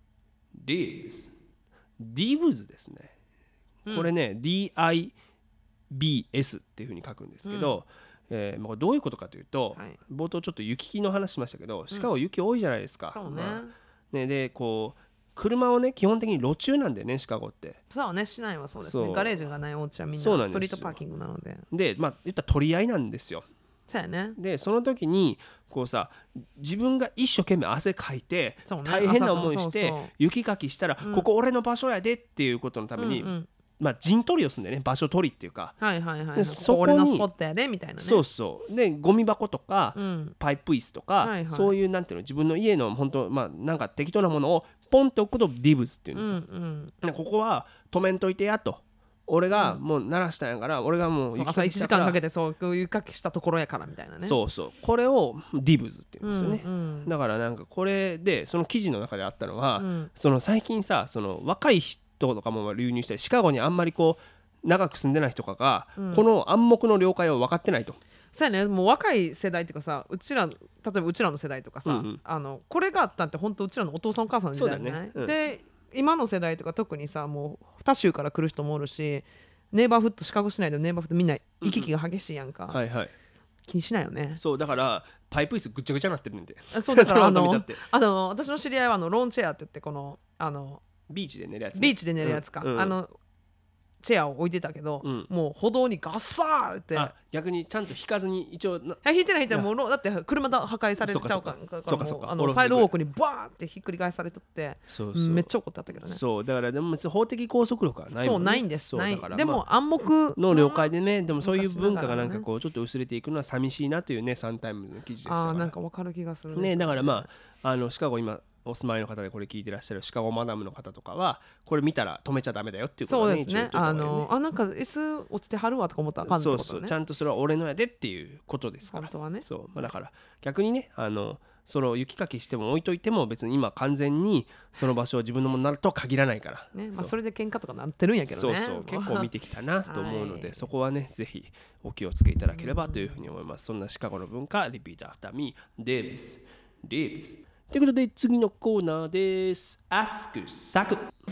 ですね、これね DIBS っていう風に書くんですけど、これどういうことかというと、冒頭ちょっと雪きの話しましたけど、シカゴ雪多いじゃないですか。 そうね、 でこう車をね基本的に路中なんだよねシカゴって。 そうね、市内はそうですね。ガレージがないお家はみんなストリートパーキングなので、 言ったら取り合いなんですよ。 そうやね。 でその時にこうさ自分が一生懸命汗かいて、大変な思いして雪かきしたら、ここ俺の場所やでっていうことのために、陣取りをするんだよね、場所取りっていうか、 そこ俺のスポットやでみたいなね。 そうでゴミ箱とか、パイプ椅子とか、そういうなんていうの自分の家の本当なんか適当なものをポンって置くとディブスっていうんですよ、ここは止めんといてやと、俺がもう鳴らしたんやから、俺がもう朝1時間かけてそういうかきしたところやからみたいなね。 そうこれをディブズって言うんですよね、だからなんかこれでその記事の中であったのは、その最近さその若い人とかも流入したり、シカゴにあんまりこう長く住んでない人とかが、この暗黙の了解を分かってないと。 そうやね、もう若い世代っていうかさ、例えばうちらの世代とかさ、これがあったって本当うちらのお父さんお母さんの時代じゃない、で今の世代とか特にさ、もう他州から来る人もおるし、ネイバーフッドシカゴ市内でネイバーフッドみんな行き来が激しいやんか、気にしないよね。 そうだからパイプ椅子ぐちゃぐちゃになってるんで、 そうだから私の知り合いはローンチェアって言って、このビーチで寝るやつ、 ビーチで寝るやつか、チェアを置いてたけど、もう歩道にガッサーって、 逆にちゃんと引かずに一応引いてないもうだって車破壊されちゃうからサイドウォークにバーってひっくり返されとって、めっちゃ怒ってあったけどね。 そうだからでも法的拘束力はないもんね。 そうないんです。でも暗黙の了解でね、でもそういう文化がなんかこうちょっと薄れていくのは寂しいなというね、サンタイムズの記事でしたから。 なんか分かる気がするね。だからシカゴ今お住まいの方でこれ聞いてらっしゃるシカゴマダムの方とかはこれ見たら止めちゃダメだよっていうことをね、 そうですね。なんか椅子落ちてはるわとか思ったらあかんってことね。 そうちゃんとそれは俺のやでっていうことですから。 本当はね。 だから逆にねその雪かきしても置いといても別に今完全にその場所を自分のものになるとは限らないからね。それで喧嘩とかなってるんやけどね。 結構見てきたなと思うので、そこはねぜひお気をつけいただければというふうに思います。そんなシカゴの文化、リピートアフターミーデイビスということで次のコーナーです。Ask Saku。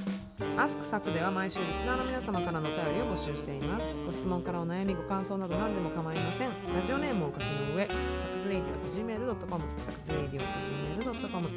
Ask Saku では毎週リスナーの皆様からのお便りを募集しています。ご質問からお悩みご感想など何でも構いません。ラジオネームをお書きの上、サクズレイディオ .gmail.com、 サクズレイディオ .gmail.com、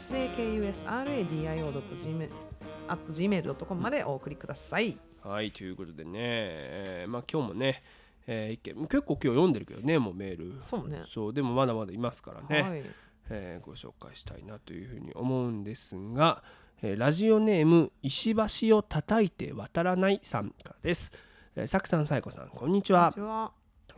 sakusradio@gmail.com までお送りください。 はい、ということでね、今日もね、結構今日読んでるけどね、もうメール。 そうね。 でもまだまだいますからね、ご紹介したいなというふうに思うんですが、ラジオネーム石橋を叩いて渡らないさんからです。サクさん、サイコさん、こんにちは。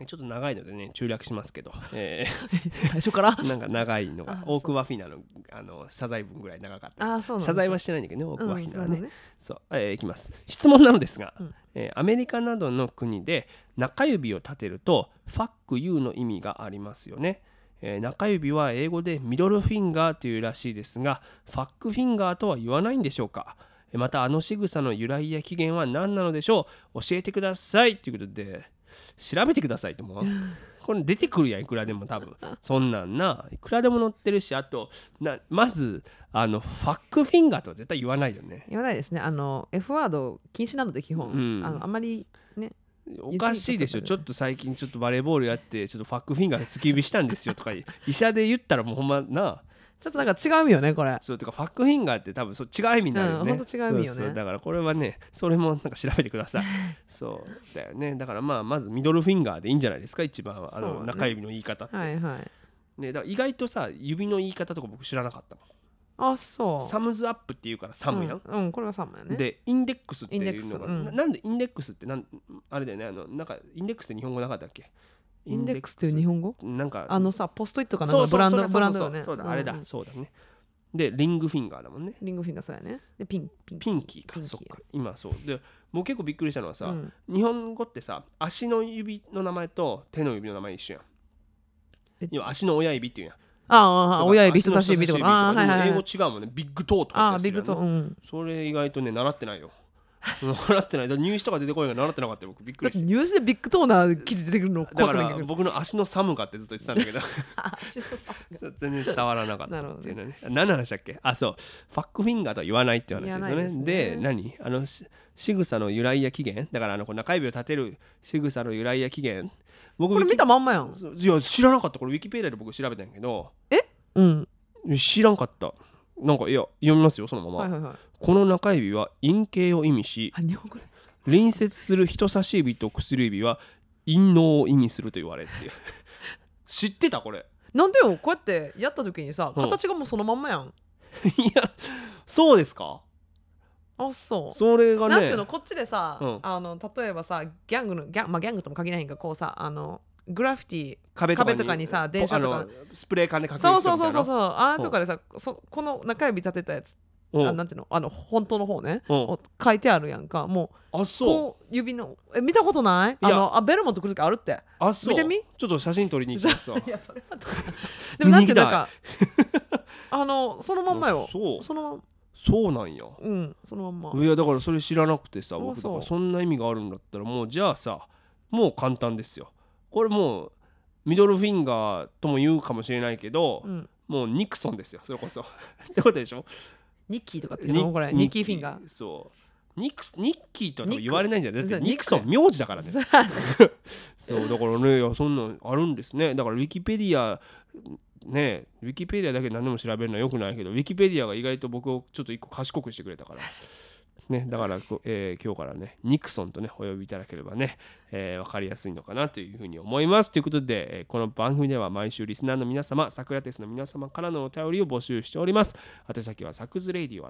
ちょっと長いのでね中略しますけど、 最初からなんか長いのがオークワフィナの謝罪文ぐらい長かったです。謝罪はしてないんだけどね、オークワフィナはね。そう、いきます。質問なのですが、アメリカなどの国で中指を立てるとファックユーの意味がありますよね。中指は英語でミドルフィンガーというらしいですが、ファックフィンガーとは言わないんでしょうか。また仕草の由来や起源は何なのでしょう。教えてくださいということで、調べてくださいともこれ出てくるやん、いくらでも多分そんなんないくらでも載ってるし、あとまずファックフィンガーとは絶対言わないよね。 言わないですね。F ワード禁止なので基本、あんまりねおかしいでしょ。ちょっと最近ちょっとバレーボールやってちょっとファックフィンガーで突き指したんですよとか医者で言ったらもうほんまなちょっとなんか違う意味よねこれ。 そうとかファックフィンガーって多分そう違う意味になるよね。 本当違う意味よね。 そうだからこれはねそれもなんか調べてください。そうだよね。だからまずミドルフィンガーでいいんじゃないですか一番は中指の言い方って。 はいはい。 ねだから意外とさ指の言い方とか僕知らなかったもん。 あ、そう。 サムズアップっていうからサムやん。 これはサムやね。 でインデックスっていうのがなんでインデックスってあれだよねなんかインデックスって日本語なかったっけ。 インデックスっていう日本語なんかさポストイットかなんかブランドよね。 そうだあれだそうだね。でリングフィンガーだもんね。 リングフィンガーそうやね。でピンキーか。そっか今そうでもう結構びっくりしたのはさ、日本語ってさ足の指の名前と手の指の名前一緒やん。今足の親指っていうやん。 親指人差し指とか。 英語違うもんね。ビッグトーとかってやつやん。それ意外とね習ってないよ。習ってない。入試とか出てこないから習ってなかったよ。僕びっくりした。 入試でビッグトーな記事出てくるのだから僕の足のサムガってずっと言ってたんだけど足のサムガ全然伝わらなかったっていうのね。何の話だっけ。そうファックフィンガーとは言わないっていう話ですよね。で何仕草の由来や起源だから中指を立てる仕草の由来や起源僕これ見たまんまやん。 いや知らなかった。これウィキペディアで僕調べたんやけど知らんかった。なんかいや読みますよそのまま、この中指は陰茎を意味し隣接する人差し指と薬指は陰嚢を意味すると言われっていう知ってたこれ。 なんでよこうやってやった時にさ形がもうそのまんまやん。 いやそうですか。 そうそれがねなんていうのこっちでさ、例えばさギャングとも限らへんがこうさグラフィティ壁とかにさ電車とかスプレー缶で書く人みたいな。 そうあれとかでさこの中指立てたやつなんていうの本当の方ね書いてあるやんか。もうこう指の見たことない？ベルモント来る時あるって。見てみ。 ちょっと写真撮りに行きますわ。 いやそれはでもなんてなんかそのまんまよ。 そうなんや。 そのまんま。 いやだからそれ知らなくてさ僕だからそんな意味があるんだったらもうじゃあさもう簡単ですよ。これもうミドルフィンガーとも言うかもしれないけど、もうニクソンですよそれこそってことでしょ。 ニッキーとかっていうのこれニッキーフィンガー。 そうニッキーとは言われないんじゃない。だってニクソン名字だからねそうだからねいやそんなんあるんですね。だからウィキペディアねウィキペディアだけで何でも調べるのはよくないけどウィキペディアが意外と僕をちょっと一個賢くしてくれたからね、だから、今日からねニクソンとねお呼びいただければね、分かりやすいのかなというふうに思います。ということで、この番組では毎週リスナーの皆様サクラテスの皆様からのお便りを募集しております。宛先はサクズレイディオ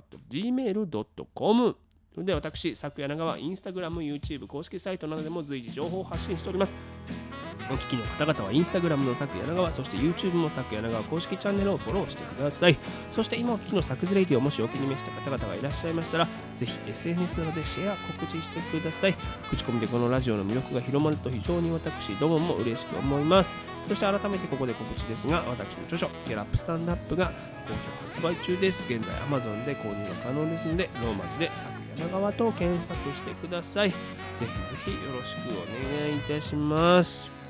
@gmail.com で私サク柳川インスタグラム YouTube 公式サイトなどでも随時情報を発信しております。お聞きの方々はインスタグラムのサク柳川そして YouTube もサク柳川公式チャンネルをフォローしてください。そして今お聞きのサクズレイディをもしお気に召した方々がいらっしゃいましたらぜひ SNS などでシェア告知してください。口コミでこのラジオの魅力が広まると非常に私どもも嬉しく思います。そして改めてここで告知ですが私の著書ゲラップスタンドアップが好評発売中です。現在 Amazon で購入が可能ですのでローマ字でサク柳川と検索してください。ぜひぜひよろしくお願いいたします。